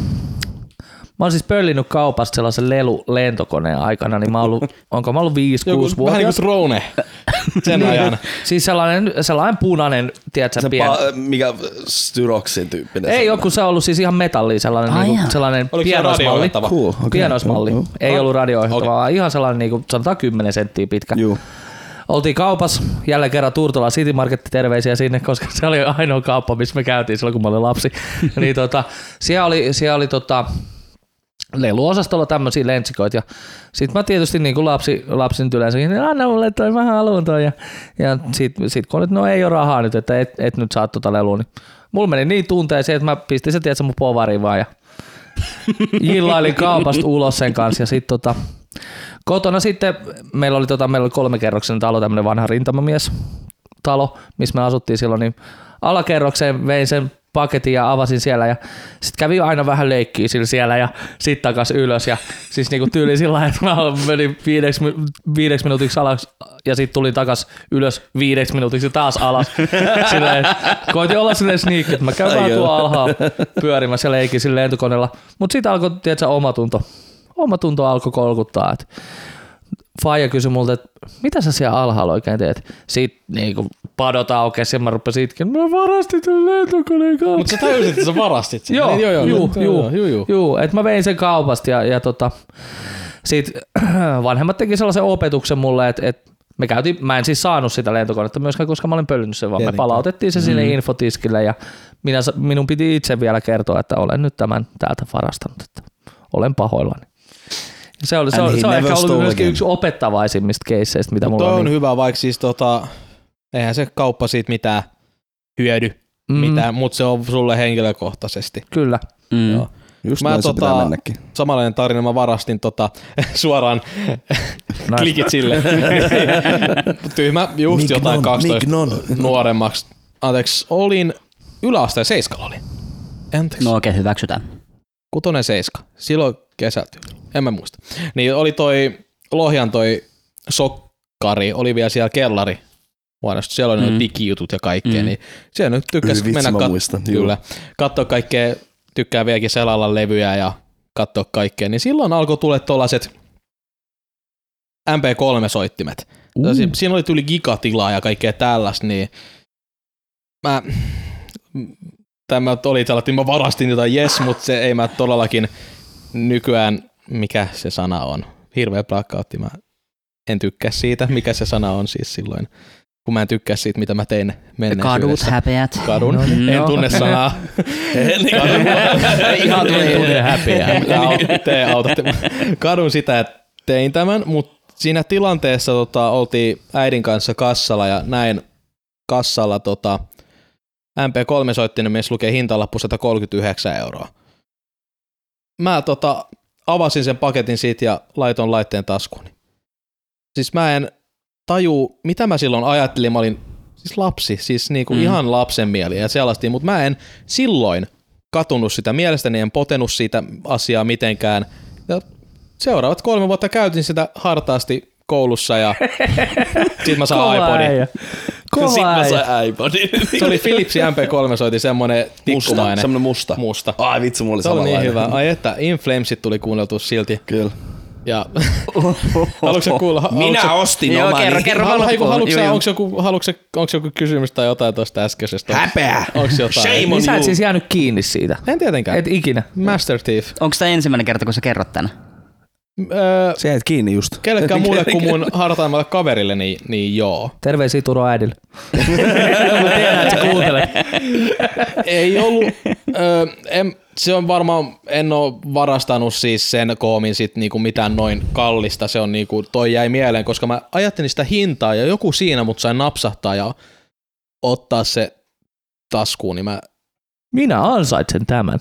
mä oon siis pöllinyt kaupasta sellaisen lentokoneen aikana, niin onko mä ollut 5-6 vuotta. Vähän niin kuin Throne sen ajan. Siis sellainen punainen, tiedätkö, mikä Styroksin tyyppinen. Ei joku, se on ollut siis ihan metallia, sellainen pienoismalli. Cool, okay. Pienoismalli. Ei ollut radio-ohjattava, vaan ihan sellainen niinku, sanotaan 10 senttiä pitkä. Juu. Oltiin kaupassa, jälleen kerran Turtola City Market, terveisiä sinne, koska se oli ainoa kauppa, missä me käytiin silloin, kun mä olin lapsi. Niin siellä oli leluosastolla tämmöisiä lentsikoita ja sit mä tietysti niin kuin lapsin yleensäkin, niin anna mulle toi, mä haluun toi ja sit kun nyt, no ei ole rahaa nyt, että et nyt saa lelua, niin mulla meni niin tunteeseen, että mä pistin se tiedätkö mun povariin vaan ja jillailin kaupasta ulos sen kanssa ja sit kotona sitten meillä oli 3-kerroksinen talo, tämmönen vanha rintamamies talo, missä me asuttiin silloin, niin alakerrokseen vein sen paketin ja avasin siellä ja sit kävi aina vähän leikkiä siellä ja sit takas ylös ja siis niinku tyyli sillä lailla, että mä menin 5 minuutiksi alas ja sit tulin takas ylös 5 minuutiksi ja taas alas. Silleen, koitin olla silleen sneakki, että mä käyn vähän tuolla alhaalla pyörimässä ja leikin sillä lentokoneella, mut sit alkoi tiedätkö omatunto alkoi kolkuttaa, että faija kysyi multa, että mitä sä siellä alhaalla oikein teet? Sitten niinku padot aukesi ja mä rupesin itken, mä varastin tämän lentokoneen kanssa. Mutta sä tajusit, että sä varastit sen. Joo, että mä vein sen kaupasta ja sit vanhemmat teki sellaisen opetuksen mulle, että mä en siis saanut sitä lentokonetta myöskään, koska mä olin pöllinyt sen, vaan me palautettiin se sinne infotiskille ja minun piti itse vielä kertoa, että olen nyt tämän täältä varastanut, että olen pahoillani. Se on ehkä ollut myöskin yksi opettavaisimmista keisseistä, mitä mulla on. Toi on hyvä, vaikka siis eihän se kauppa siitä mitään hyödy, mutta se on sulle henkilökohtaisesti. Kyllä. Joo. Just mä samanlainen tarina, mä varastin suoraan klikit sille. Tyhmä, just jotain 12 nuoremmaksi. Anteeksi, olin yläasteen 7 oli. No oikein, hyväksytään. 6-7. Silloin kesältä. En mä muista. Niin oli toi Lohjan toi sokkari, oli vielä siellä kellari. Siellä oli ne digijutut ja kaikkea, niin siellä nyt tykkäs mennä katsoa kaikkea, tykkää vieläkin selalla levyjä ja katsoa kaikkea, niin silloin alkoi tulla tollaset MP3-soittimet. Siinä oli tuli gigatilaa ja kaikkea tällaista, niin tämä oli sellainen, mä varastin jotain mutta se ei mä todellakin nykyään, mikä se sana on, hirveä blackoutti, mä en tykkää siitä, mikä se sana on siis silloin. Kun mä en tykkää siitä, mitä mä tein menneisyydessä. Kadut, häpeät. Kadun. En tunne sanaa. Ihan tunne häpeää. Te autatte. Kadun sitä, että tein tämän, mutta siinä tilanteessa oltiin äidin kanssa kassalla ja näin kassalla MP3-soittinen, missä lukee hintalappu 139 €. Mä avasin sen paketin siitä ja laitoin laitteen taskuun. Siis mä en tajuu, mitä mä silloin ajattelin, mä olin siis lapsi, siis niinku ihan lapsen mieli ja sellaista, mutta mä en silloin katunut sitä mielestäni, en potenut siitä asiaa mitenkään. Ja seuraavat 3 vuotta käytin sitä hartaasti koulussa ja sit mä sain iPodin. Sit mä sain iPodin. Se oli Philipsin MP3, soiti semmonen tikkumainen. Semmonen musta. Ai vitsi, mulla oli samanlainen. Se oli niin hyvä. Ai että, In Flamesit tuli kuunneltua silti. Kyllä. Ja haluatko kuulla? Minä ostin omani. Kerro Onko joku kysymys tai jotain tuosta äskeisestä? Häpeä! Onko jotain? Shame on you. Sä et siis jäänyt kiinni siitä? En tietenkään. Et ikinä. Master Thief. Onko tämä ensimmäinen kerta, kun sä kerrot tän? Sä jäät kiinni just. Kellekään muulle kuin mun hartaimmalle kaverille, niin joo. Terveisiä Turo äidille. Mä tiedän, että sä kuuntelet. Ei ollut. Se on varmaan, en oo varastanut siis sen koomin sit niinku mitään noin kallista, se on niinku, toi jäi mieleen, koska mä ajattelin sitä hintaa ja joku siinä mut sain napsahtaa ja ottaa se taskuun, niin minä ansaitsen tämän.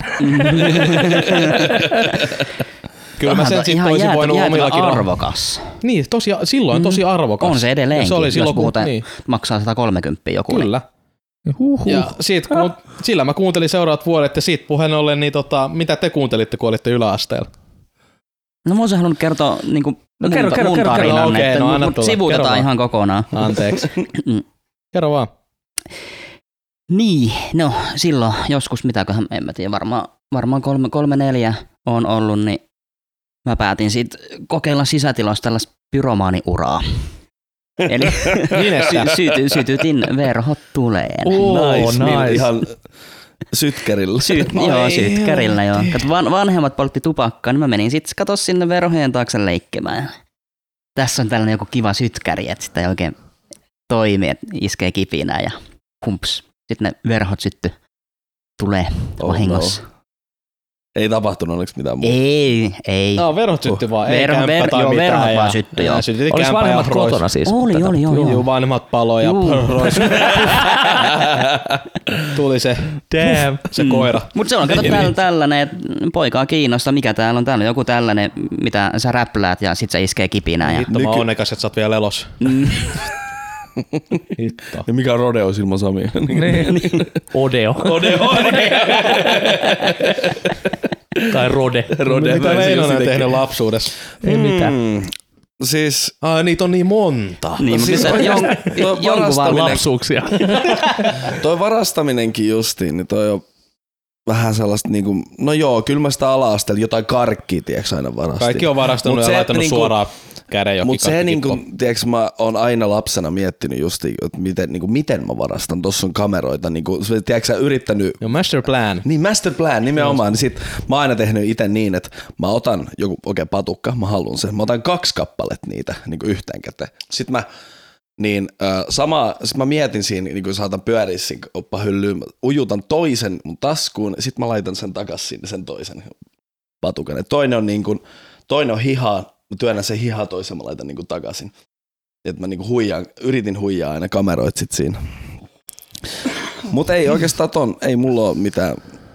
Kyllä mä sen sit olisin voinut omillakin arvokas. Niin, silloin tosi arvokas. On se edelleenkin, se oli silloin, kun maksaa 130 joku. Kyllä. Ja sillä mä kuuntelin seuraavat vuodet ja siitä puheen ollen, niin mitä te kuuntelitte, kun olitte yläasteella? No mä olisin halunnut kertoa niinku mun tarinan, että sivuutetaan ihan kokonaan. Anteeksi. Kerro vaan. Niin, no silloin joskus, mitäköhän, en mä tiedä, varmaan 3-4 on ollut, niin mä päätin siitä kokeilla sisätilassa tällaista pyromaaniuraa. Eli sytytin verhot tuleen. Nice. Ihan sytkärillä. Joo, sytkärillä joo. Vanhemmat poltti tupakkaa, niin mä menin sitten sinne verhojen taakse leikkimään. Tässä on tällainen joku kiva sytkäri, että sitä ei oikein toimi, että iskee kipinää ja humps. Sitten ne verhot sytty tulee vahingossa. No. Ei tapahtunut onneksi mitään muuta. Ei. No, verhot syttyi vaan. Verhot vaan syttyi, joo. Olis vanhemmat kotona siis? Oli. Joo, vanhemmat palo ja tuli se koira. Mutta se on tällainen, että poikaa kiinnostaa, mikä täällä on. Täällä on joku tällainen, mitä sä räpläät ja sit se iskee kipinää. Hitto, mä oon onnekas, että sä oot vielä elos. Hitto. Ja mikä on rodeo ilman Samia? Odeo. Tai rode. Mitä Leinonen on tehnyt lapsuudessa? Ei mitään. Siis... niitä on niin monta. Niin, siis jonkun vaan lapsuuksia. Toi varastaminenkin justiin, niin toi on vähän sellaista niinku, no joo, kyllä mä sitä ala-asteella jotain karkkia, tiiäks, aina varastin. Kaikki on varastanut ja laittanut niinku, suoraan käden johonkin. Mutta se niinku, tiiäks, mä oon aina lapsena miettinyt justiin, että miten mä varastan. Tossa on kameroita, niinku, tiiäks sä yrittänyt... Joo, master plan. Niin, master plan, nimenomaan. Niin sit mä oon aina tehnyt ite niin, että mä otan joku patukka, mä haluan sen. Mä otan 2 kappaletta niitä niinku yhteen käteen. Sitten mä... Niin sit mä mietin siinä, niin kun saatan pyöriä siinä kauppahyllyyn, mä ujutan toisen mun taskuun, sit mä laitan sen takas sinne, sen toisen patukan. Et toinen on hihaa, mä työnnän sen hihaa toisen, mä laitan niin takaisin. Et mä niin yritin huijaa aina kameroit sit siinä. Mut ei oikeastaan ei mulla ole mitään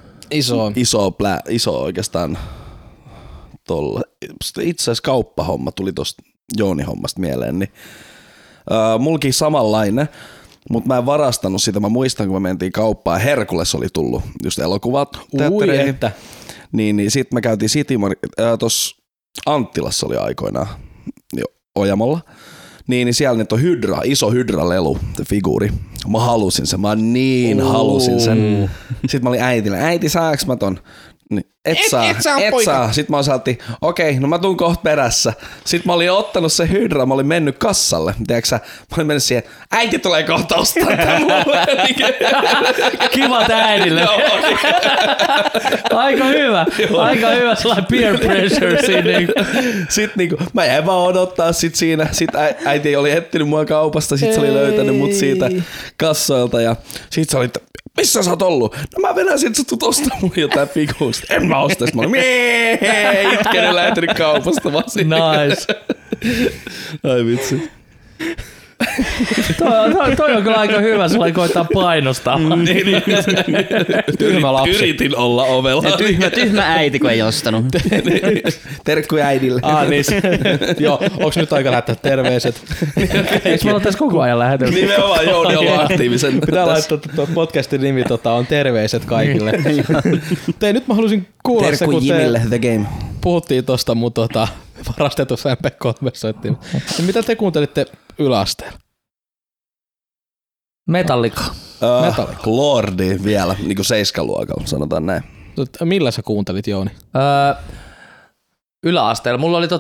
iso oikeastaan tolla. Itse asiassa kauppahomma tuli tosta Jooni-hommasta mieleen, niin mulkin samanlainen. Mutta mä en varastanut sitä. Mä muistan, kun me mentiin kauppaan. Herkules oli tullut just elokuvat teattereihin. Niin sit me käytiin tuossa Anttilassa oli aikoinaan jo Ojamolla. Niin siellä nyt on iso Hydra-lelu, figuuri. Mä halusin sen, halusin sen. Sitten mä olin äitille, äiti saaks mä ton? Niin, et saa. Sitten mä osaltiin, okei, no mä tuun kohta perässä. Sitten mä olin ottanut se Hydra, mä olin mennyt kassalle. Tiedätkö mä olin mennyt siihen, äiti tulee kohta ostaa tämän mulle. Kiva äidille. Aika hyvä sellainen peer pressure siinä. Sitten niinku, mä jäin vaan odottaa sit siinä. Sitten äiti oli etsinyt mua kaupasta, sit se oli löytänyt mut siitä kassoilta. Ja sit se oli, missä sä oot ollut? No mä venäsin, että sä tulet ostaa mulle jotain figuusta. En mä osta. Mä olin itken lähtenyt kaupasta vaan siinä. Nice. Ai vitsi. Toi on kyllä aika hyvä, sulla ei koittaa painostaa. Tyhmä lapsi. Yritin olla ovella. Tyhmä äiti, kun ei ostanut. Terkkuja äidille. Niin. Joo, onks nyt aika lähettää terveiset? Eikö me olla tässä koko ajan lähetelty? Nimenomaan Jouni on aktiivisen. Pitää laittaa podcastin nimi on terveiset kaikille. Nyt mä halusin kuulla se, kun Jimille, The Game. Puhuttiin tosta mun varastetussa MP3-soittimessa. Mitä te kuuntelitte yläasteella? Metallica. Lordi vielä, niin kuin 7-luokalla, sanotaan näin. Millä sä kuuntelit, Jouni? Yläasteella. Mulla oli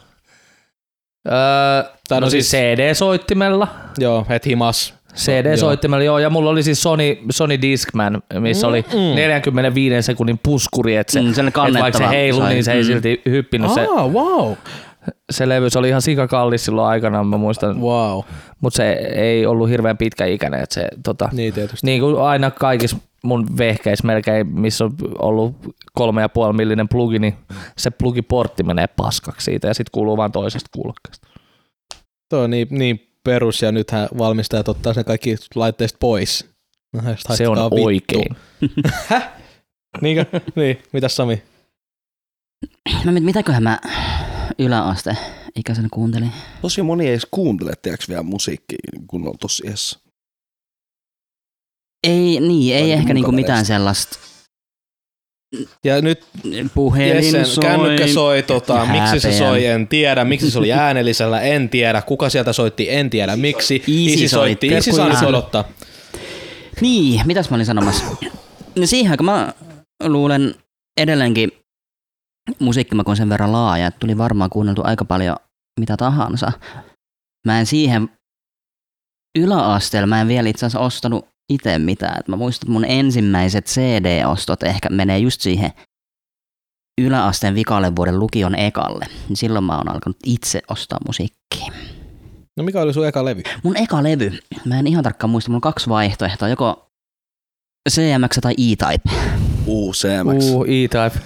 siis CD-soittimella. Joo, et himas. CD-soittimella, joo, ja mulla oli siis Sony Discman, missä oli 45 sekunnin puskuri, että vaikka se heilui, niin se ei silti hyppinyt. Wow. Se levy, se oli ihan sikakallis silloin aikana, mä muistan. Wow. Mutta se ei ollut hirveän pitkäikäinen. Että se, niin tietysti. Niin kuin aina kaikissa mun vehkeissä melkein, missä on ollut 3,5 millinen plugi, niin se plugiportti menee paskaksi siitä ja sitten kuuluu vaan toisesta kuulokkeesta. Tuo on niin perus ja nythän valmistajat ottaa sen kaikki laitteista pois. Se on oikein. Häh? Niin, mitäs Sami? Mitäköhän mä yläasteikäisenä kuuntelin? Tosi moni ei edes kuuntele, tiedätkö vielä musiikkia, kun on tossa iässä. Ei ehkä niinku mitään sellaista. Ja nyt puhelin soi, kännykkä soi, miksi se soi, en tiedä, miksi se oli äänellisellä, en tiedä, kuka sieltä soitti, en tiedä, miksi, Isi soitti, Isi saa odottaa. Niin, mitäs mä olin sanomassa? Siihen aikaan mä luulen edelleenkin musiikkimaku on sen verran laaja, että tuli varmaan kuunneltu aika paljon mitä tahansa. Mä en siihen yläasteella, mä en vielä itse asiassa ostanut itse mitään. Mä muistan, että mun ensimmäiset CD-ostot ehkä menee just siihen yläasteen vikalle vuoden lukion ekalle. Silloin mä oon alkanut itse ostaa musiikkia. No mikä oli sun eka levy? Mun eka levy, mä en ihan tarkkaan muista, mulla on 2 vaihtoehtoa, joko CMX tai E-Type. CMX. E-Type.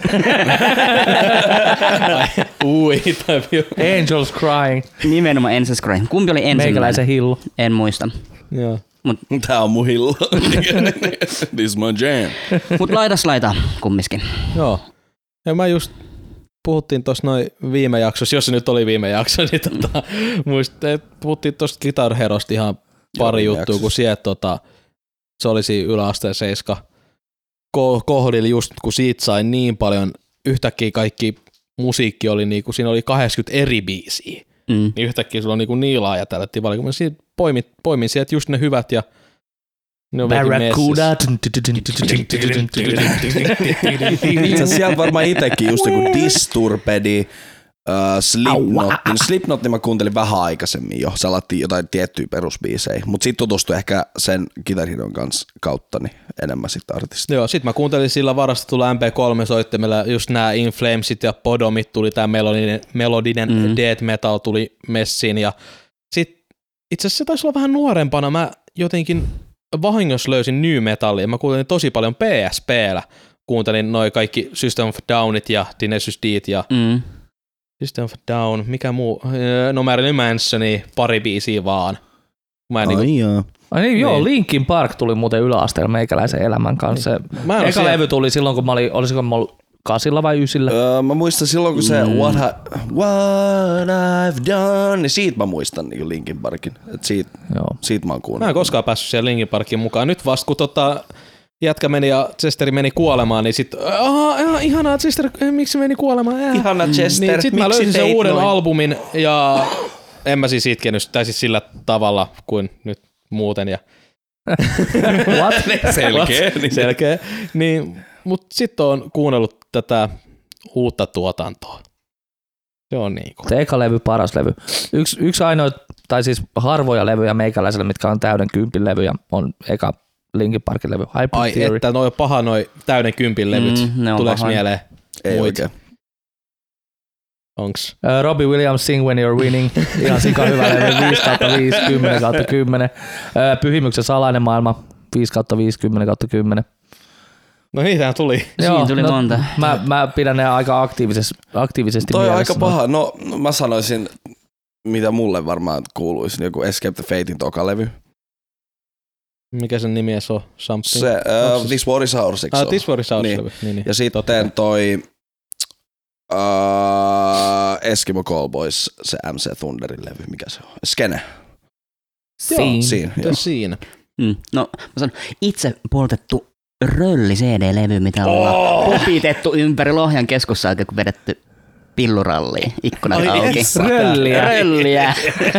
E-Type. Angels Crying. Nimenomaan Angels Crying. Kumpi oli ensimmäinen? Meikäläisen hillu. En muista. Joo. Tää on mun hillo. This my jam. Mut laidas laita kummiskin. Joo. Ja mä just puhuttiin tossa noin viime jaksossa, jos se nyt oli viime jakso, niin puhuttiin tosta Guitar Herosta ihan pari juttua, kun sieltä se olisi yläasteen 7 kohdilla just, kun siitä sai niin paljon, yhtäkkiä kaikki musiikki oli niinku, siinä oli 80 eri biisiä. Niin yhtäkkiä sulla on niin laaja tällä tavalla, kun mä poimin sieltä just ne hyvät ja ne on Barracuda. Sieltä varmaan itekin just joku Disturbedi, Slipknot, niin mä kuuntelin vähän aikaisemmin jo, salattiin jotain tiettyjä perusbiisejä, mutta sit tutustui ehkä sen Guitar Heron kanssa kautta niin enemmän sit artistia. Joo, sit mä kuuntelin sillä varastetulla MP3-soittimella just nää In Flamesit ja Podomit, tuli tää melodinen death metal tuli messiin ja sit itse asiassa se taisi olla vähän nuorempana, mä jotenkin vahingossa löysin new metallia, mä kuuntelin tosi paljon PSP:llä, kuuntelin noi kaikki System of a Downit ja Tenacious D't ja System of a Down, mikä muu, no Marilyn Mansoni, pari biisiä vaan. Joo, Linkin Park tuli muuten yläasteella meikäläisen elämän kanssa. Eka levy tuli silloin, kun mä olin, olisiko mä ollut 8 vai 9? Mä muistan silloin, kun se What I've Done, niin siitä mä muistan niin Linkin Parkin. Siitä mä oon kuunnellut. Mä en koskaan päässyt siihen Linkin Parkin mukaan. Nyt vasta kun jätkä meni ja Chesteri meni kuolemaan, niin sit ihanaa Chester, miksi meni kuolemaan? Ihana Chester, niin sit mä löysin sen uuden albumin ja en mä siis itkenyt, tai siis sillä tavalla kuin nyt muuten. Ja What? Selkeä. Niin, mut sit oon kuunnellut tätä uutta tuotantoa. Se on niinku. Se eka levy, paras levy. Yksi ainoa, tai siis harvoja levyjä meikäläisellä, mitkä on täyden 10 levyjä, on eka Linkin Parkin levy. Ai Theory. Että noi paha noi täyden 10 levyt. Tuleeks mieleen? Ei oikein. Onks? Robbie Williams, Sing When You're Winning. Ihan sika hyvä levy. 5/5, 10/10. Pyhimyksen salainen maailma. 5/5, 10/10. No niitähän tuli. Siinä tuli monta. Mä pidän ne aika aktiivisesti toi mielessä. Aika paha. No mä sanoisin, mitä mulle varmaan kuuluisi, joku Escape the Fatein toka levy. Mikä sen nimi on? Something? Se, This War is Ours, eikö se This War is Ours. Niin. Ja sitten toi Eskimo Callboys, se MC Thunderin levy, mikä se on? Skene. Siinä. No, mä sanon, itse poltettu rölli CD-levy, mitä ollaan popitettu ympäri Lohjan keskussaakka, kun vedetty pilluralliin, ikkunat auki. Rölliä.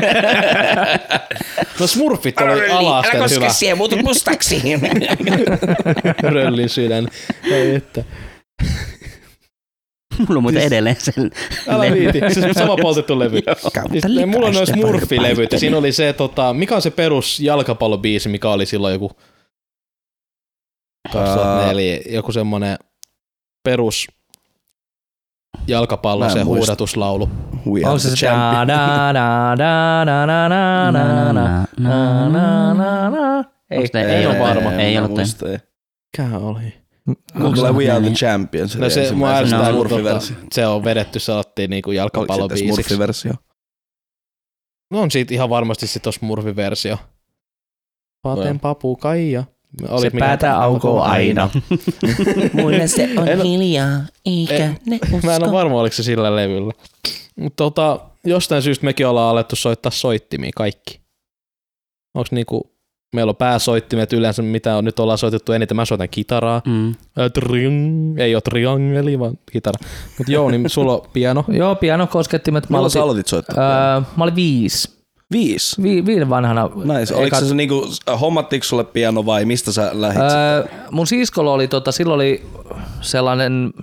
No Smurfit oli ala-asteen hyvä. Älä koske siihen, muutut mustaksi. Röllin sydän. Ei että. Mulla on muuten edelleen sen Älä viiti, se on sama poltettu levy. Mulla on noin Smurfi-levyt ja siinä oli se, mikä on se perus jalkapallobiisi, mikä oli silloin joku 2004, joku semmonen perus jalkapallo, se huudatuslaulu. On se ei ole varma. Ei ole. Mikä oli? Tulee We Are the Champions. No se se on vedetty, sanottiin niinku jalkapallobiisiksi. Oliko se Smurfi-versio? No on siitä ihan varmasti sit on Smurfi-versio. Paten papukaija. Se päätä aukoo aina. Muille se on hiljaa, eikä ne usko. Mä en ole varma, oliko se sillä levyllä. Mutta jostain syystä mekin ollaan alettu soittaa soittimia kaikki. Onks niinku, meillä on pääsoittimet yleensä, mitä nyt ollaan soitettu eniten. Mä soitan kitaraa. Ei ole triangeli, vaan kitara. Mutta joo, niin sulla on piano. Joo, piano koskettimet. Milloin sä aloitit soittaa? Mä olin 5. 5? 5 vanhana. Nice. Oliko se niinku, hommattiinko sulle piano vai mistä sä lähdit? Mun siskolla oli, silloin oli sellainen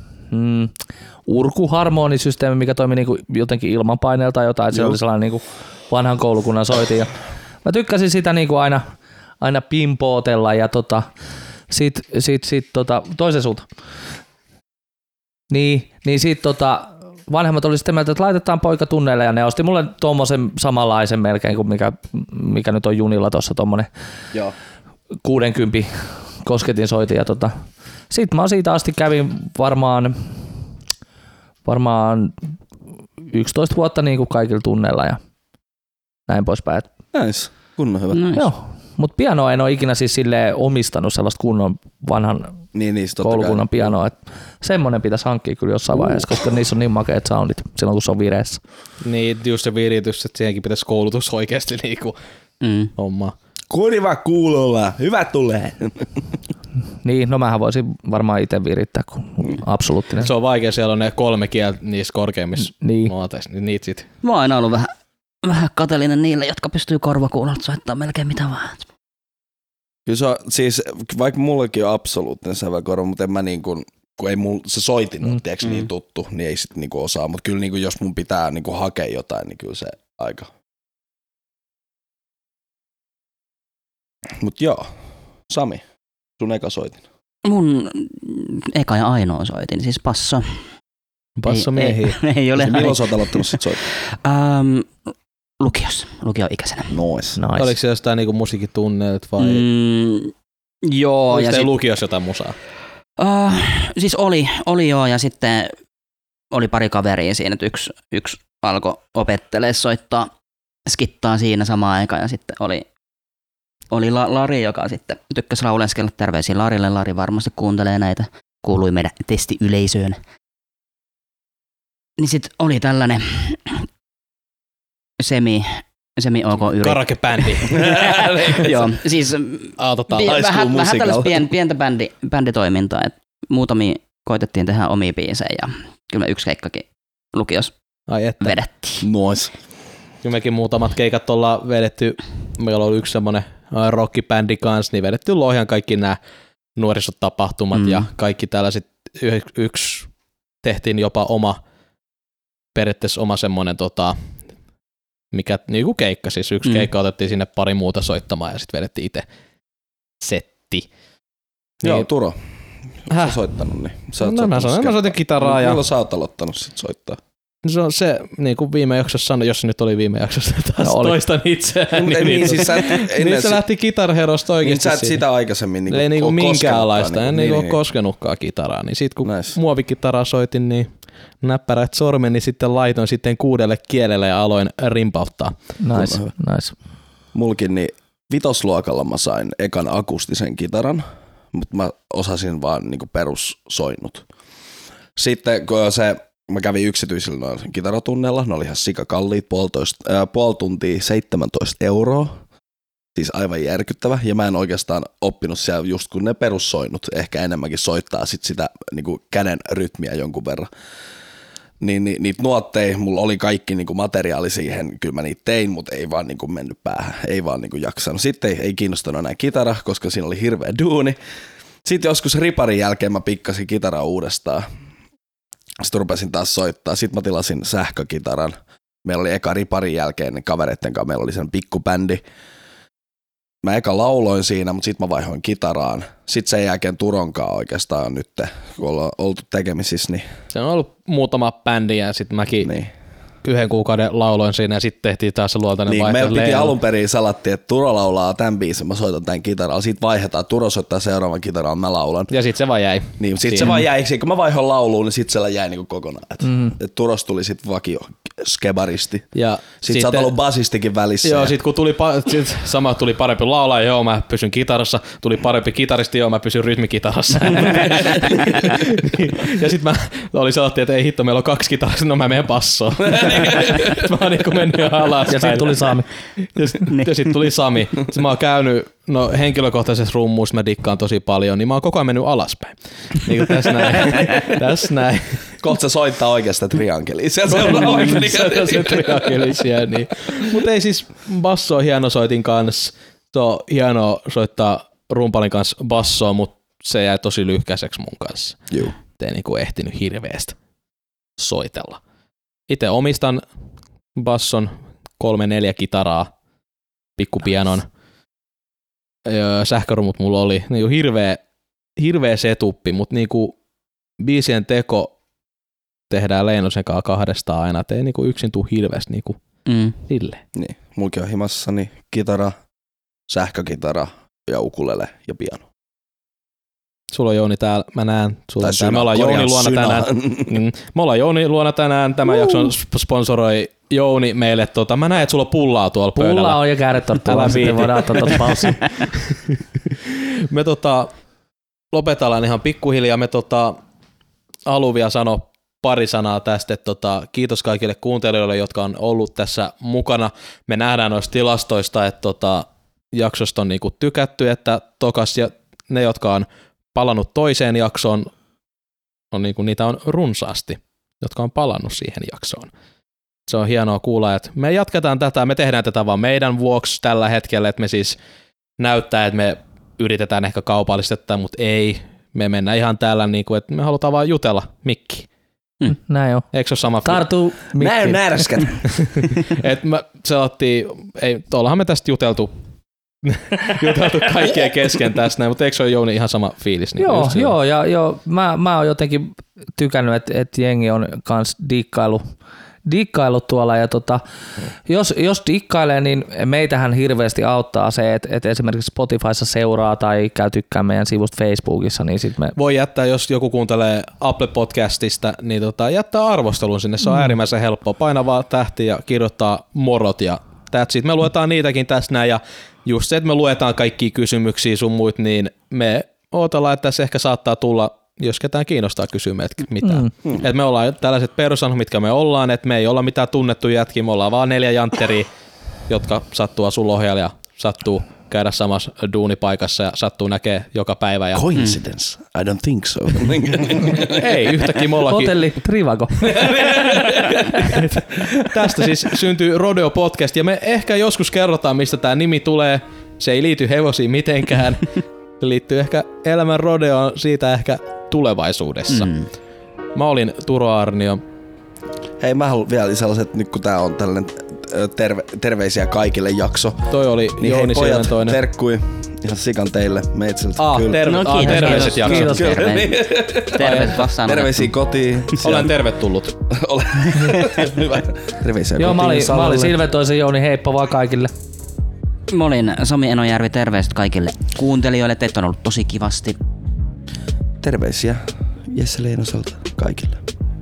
urkuharmonisysteemi, mikä toimi niinku jotenkin ilmanpaineelta tai jotain. Se oli sellainen niinku vanhan koulukunnan soitin. Ja mä tykkäsin sitä niinku aina pimpootella ja sit toisen sulta. Niin sit vanhemmat oli sitten mieltä, että laitetaan poika tunneille ja ne osti mulle tommosen samanlaisen melkein kuin mikä nyt on junilla tuossa tommonen 60 kosketin soitin ja sit mä siitä asti kävin varmaan 11 vuotta niin kuin kaikilla tunneilla ja näin poispäin. Nice, kunnon hyvä. Nice. Joo, mutta pianoa en ole ikinä siis silleen omistanut sellaista kunnon vanhan koulukunnan pianoa. Semmoinen pitäisi hankkia kyllä jossain vaiheessa, koska niissä on niin makeat soundit silloin, kun se on vireessä. Niin, just se viritys, että siihenkin pitäisi koulutus oikeasti niinku hommaa. Kuriva kuulolla, hyvä tulee. Niin, no mähän voisin varmaan itse virittää, kun absoluuttinen. Se on vaikea, siellä on ne 3 kieltä niissä korkeimmissa nuoteissa, niin niitä sit. Mä oon aina ollut vähän kateellinen niille, jotka pystyy korvakuulolta soittamaan melkein mitä vaan. Kyllä se on, siis vaikka mullekin on absoluuttinen sävelkorva, mutta en mä niinku, kun ei se soitin ole niin tuttu, niin ei sit niinku osaa, mutta kyllä niinku, jos mun pitää niinku hakea jotain, niin kyllä se aika. Mut joo, Sami, sun eka soitin. Mun eka ja ainoa soitin, siis basso. Bassomiehiä. Ei ole. Milloin sä oot aloittanut sit soittaa? Lukio-ikäisenä. Nice. Oliko se jostain niinku musiikitunneet vai? Joo. Oliko teillä lukiossa jotain musaa? Siis oli joo, ja sitten oli pari kaveria siinä, että yksi alkoi opettelemaan soittaa skittaa siinä samaan aikaan, ja sitten oli Lari, joka sitten tykkäsi lauleskella. Terveisiä Larille. Lari varmasti kuuntelee näitä kuului meidän testiyleisöön. Niin sit oli tällainen semi ok yritys. Karaoke-bändi. Joo, siis vähän tällaista pientä bänditoimintaa, että muutamia koitettiin tehdä omia biisejä ja kyllä yksi keikkakin lukios vedettiin. Nois. Ja mekin muutamat keikat ollaan vedetty, meillä oli yksi semmoinen rockibändi kanssa, niin vedetty Lohjan kaikki nämä nuorisotapahtumat ja kaikki tällaiset. Yksi tehtiin jopa periaatteessa oma semmoinen mikä niinku keikka, siis yksi keikka otettiin sinne pari muuta soittamaan ja sitten vedettiin itse setti. Joo, niin, Turo. Sä soittanut, niin sä oot mä soitin kitaraa. Milloin sä oot aloittanut sit soittaa? Se on se, niin kuin viime jaksossa sanoi, jos se nyt oli viime jaksossa, taas toistan itseään. Niin se lähti Guitar Herosta oikeasti. Niin sä et sitä aikaisemmin niin ei niinku minkäänlaista, en niinku koskenutkaan kitaraa. Niin sit kun muovikitaraa soitin, niin näppärät sormeni sitten laitoin sitten 6 kielelle ja aloin rimpauttaa. Nice. Mulkin niin 5. luokalla mä sain ekan akustisen kitaran, mutta mä osasin vaan niinku perussoinnut. Sitten kun mä kävin yksityisillä kitaratunneilla, ne oli ihan sikakalliit, puoli tuntia 17 €, siis aivan järkyttävä, ja mä en oikeastaan oppinut siellä just kun ne perussoinnut, ehkä enemmänkin soittaa sit sitä niinku käden rytmiä jonkun verran. Niin niitä nuotteja, mulla oli kaikki niinku materiaali siihen, kyllä mä niitä tein, mutta ei vaan niinku mennyt päähän, ei vaan niinku jaksanut. Sitten ei kiinnostanut enää kitara, koska siinä oli hirveä duuni. Sitten joskus riparin jälkeen mä pikkasin kitaraa uudestaan. Sitten rupesin taas soittaa. Sitten mä tilasin sähkökitaran. Meillä oli eka riparin jälkeen niin kavereitten kanssa. Meillä oli sen pikkubändi. Mä eka lauloin siinä, mutta sitten mä vaihoin kitaraan. Sitten sen jälkeen Turonkaan oikeastaan nyt, kun ollaan oltu tekemisissä. Niin se on ollut muutama bändi ja sitten mäkin 1 kuukauden lauloin siinä ja sitten tehtiin taas se luontainen vaihto. Meillä piti alun perin salattiin, että Turo laulaa tämän biisin, mä soitan tämän kitaralla. Sitten vaihdetaan, Turo soittaa seuraavan kitaran, mä laulan. Ja sitten se vaan jäi. Niin, sitten se vaan jäi. Kun mä vaihoin lauluun, niin sitten se jäi niinku kokonaan. Et Turos tuli sitten vakio skebaristi. Ja sitten sä oot ollut basistikin välissä. Joo, sitten kun tuli parempi laulaa, joo mä pysyn kitarassa. Tuli parempi kitaristi, joo mä pysyn rytmikitarassa. Ja sitten mä sanottiin, että ei hitto, meillä on 2 kitarasta, no mä menen bassoon. Mä oon niinku mennyt alas. Ja sit tuli Sami. Ja sit tuli Sami. Mä oon käynyt, henkilökohtaisessa rummuissa mä dikkaan tosi paljon, niin mä oon koko ajan mennyt alaspäin. Niin tässä näin. Kohta se soittaa oikeasta triangelisia. Se triangelisia, niin. Mut ei siis, basso on hieno soitin kanssa. Se on hieno soittaa rumpalin kanssa bassoa, mut se jäi tosi lyhkäiseksi mun kanssa. Joo. Ei niinku ehtinyt hirveästi soitella. Itse omistan basson, 3-4 kitaraa, pikkupianon, sähkörumut mulla oli. Niinku hirveä setuppi, mutta niinku biisien teko tehdään Leinosen kanssa 2 aina, et ei niinku yksin tuu hirveästi niinku silleen. Niin, mulkin on himassani kitara, sähkökitara ja ukulele ja piano. Sulla on Jouni täällä, mä näen. Me ollaan Jouni luona tänään. Me ollaan Jouni luona tänään. Tämä jakson sponsoroi Jouni meille. Mä näen, että sulla on pullaa tuolla pöydällä. Pullaa on ja kääretorttua. Sitten voidaan ottaa tuota paussia. Me lopetellaan ihan pikkuhiljaa. Me haluan vielä sanoa pari sanaa tästä. Kiitos kaikille kuuntelijoille, jotka on ollut tässä mukana. Me nähdään noista tilastoista, että jaksosta on niinku tykätty, että tokas ja ne, jotka on palannut toiseen jaksoon, niitä on runsaasti, jotka on palannut siihen jaksoon. Se on hienoa kuulla, että me jatketaan tätä, me tehdään tätä vaan meidän vuoksi tällä hetkellä, että me siis näyttää, että me yritetään ehkä kaupallistettaa, mutta ei, me mennään ihan täällä, että me halutaan vaan jutella mikki. Näin on. Eikö se ole sama? Tartuu mikki. Näin närskät. Ollaanhan me tästä juteltu kaikkien kesken tässä, mutta eikö se ole Jouni ihan sama fiilis? Niin joo, mä oon jotenkin tykännyt, että jengi on kans dikkailu tuolla ja jos dikkailee, niin meitähän hirveästi auttaa se, että esimerkiksi Spotifyssa seuraa tai käy tykkää meidän sivusta Facebookissa, niin sit me voi jättää, jos joku kuuntelee Apple Podcastista, niin jättää arvostelun sinne, se on äärimmäisen helppoa, painaa vaan tähti ja kirjoittaa morot ja that's it. Me luetaan niitäkin tässä näin ja just se, että me luetaan kaikkia kysymyksiä sun muut, niin me odotellaan, että tässä ehkä saattaa tulla jos ketään kiinnostaa kysyä meitä mitään. Et me ollaan tällaiset persoonat, mitkä me ollaan, että me ei olla mitään tunnettu jätkiä, me ollaan vaan 4 jantteria, jotka sattuu asua Lohjalla ja sattuu käydä samassa duunipaikassa ja sattuu näkee joka päivä. Ja coincidence? I don't think so. Ei, yhtäkkiä me ollaankin... Hotelli Trivago. Tästä siis syntyy Rodeo Podcast ja me ehkä joskus kerrotaan, mistä tää nimi tulee. Se ei liity hevosiin mitenkään. Se liittyy ehkä elämän rodeoon siitä ehkä tulevaisuudessa. Mä olin Turo Arnio. Hei, mä haluan vielä sellaiset, nyt kun tää on tällainen terveisiä kaikille jakso. Toi oli niin Jouni pojat, Sieventoinen. Terkkui ihan sikan teille. Meitsiltä kyllä. Terveiset jakso. Kiitos. Terveiset vastaan. Terveisiä kotiin. Olen tervetullut. Hyvä. Terveisiä joo, kotiin. Mä olin Silventoisen Jouni, heippa vaan kaikille. Mä olin Sami Enojärvi, terveiset kaikille kuuntelijoille. Teitä on ollut tosi kivasti. Terveisiä Jesse Leinoselta kaikille.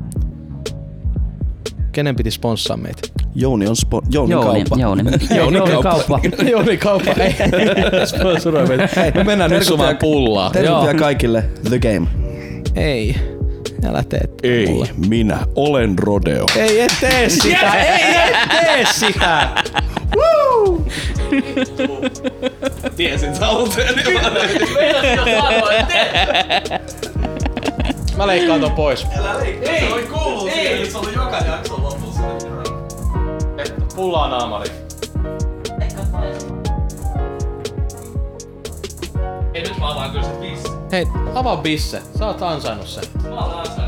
Kenen piti sponssaa meitä? Jouni on kauppa. Jouni kauppa. Ei, sponsoroi meitä. Hei, me mennään nyt sumaan pullaa. Tervetuloa kaikille The Game. Ei. Älä teet ei, mulle. Minä olen Rodeo. Ei et tee sitä. Ei et tee sitä. Woo! Tiesin sä uuteen. Mä leikkaan ton pois. Älä leikkaa. Se oli kuuluu siihen. Se oli joka jakson lopussa. Pullaa naamari. Ei nyt mä avaan kyllä se bisse. Hei, avaa bisse. Sä oot ansainnut sen. Mä avaan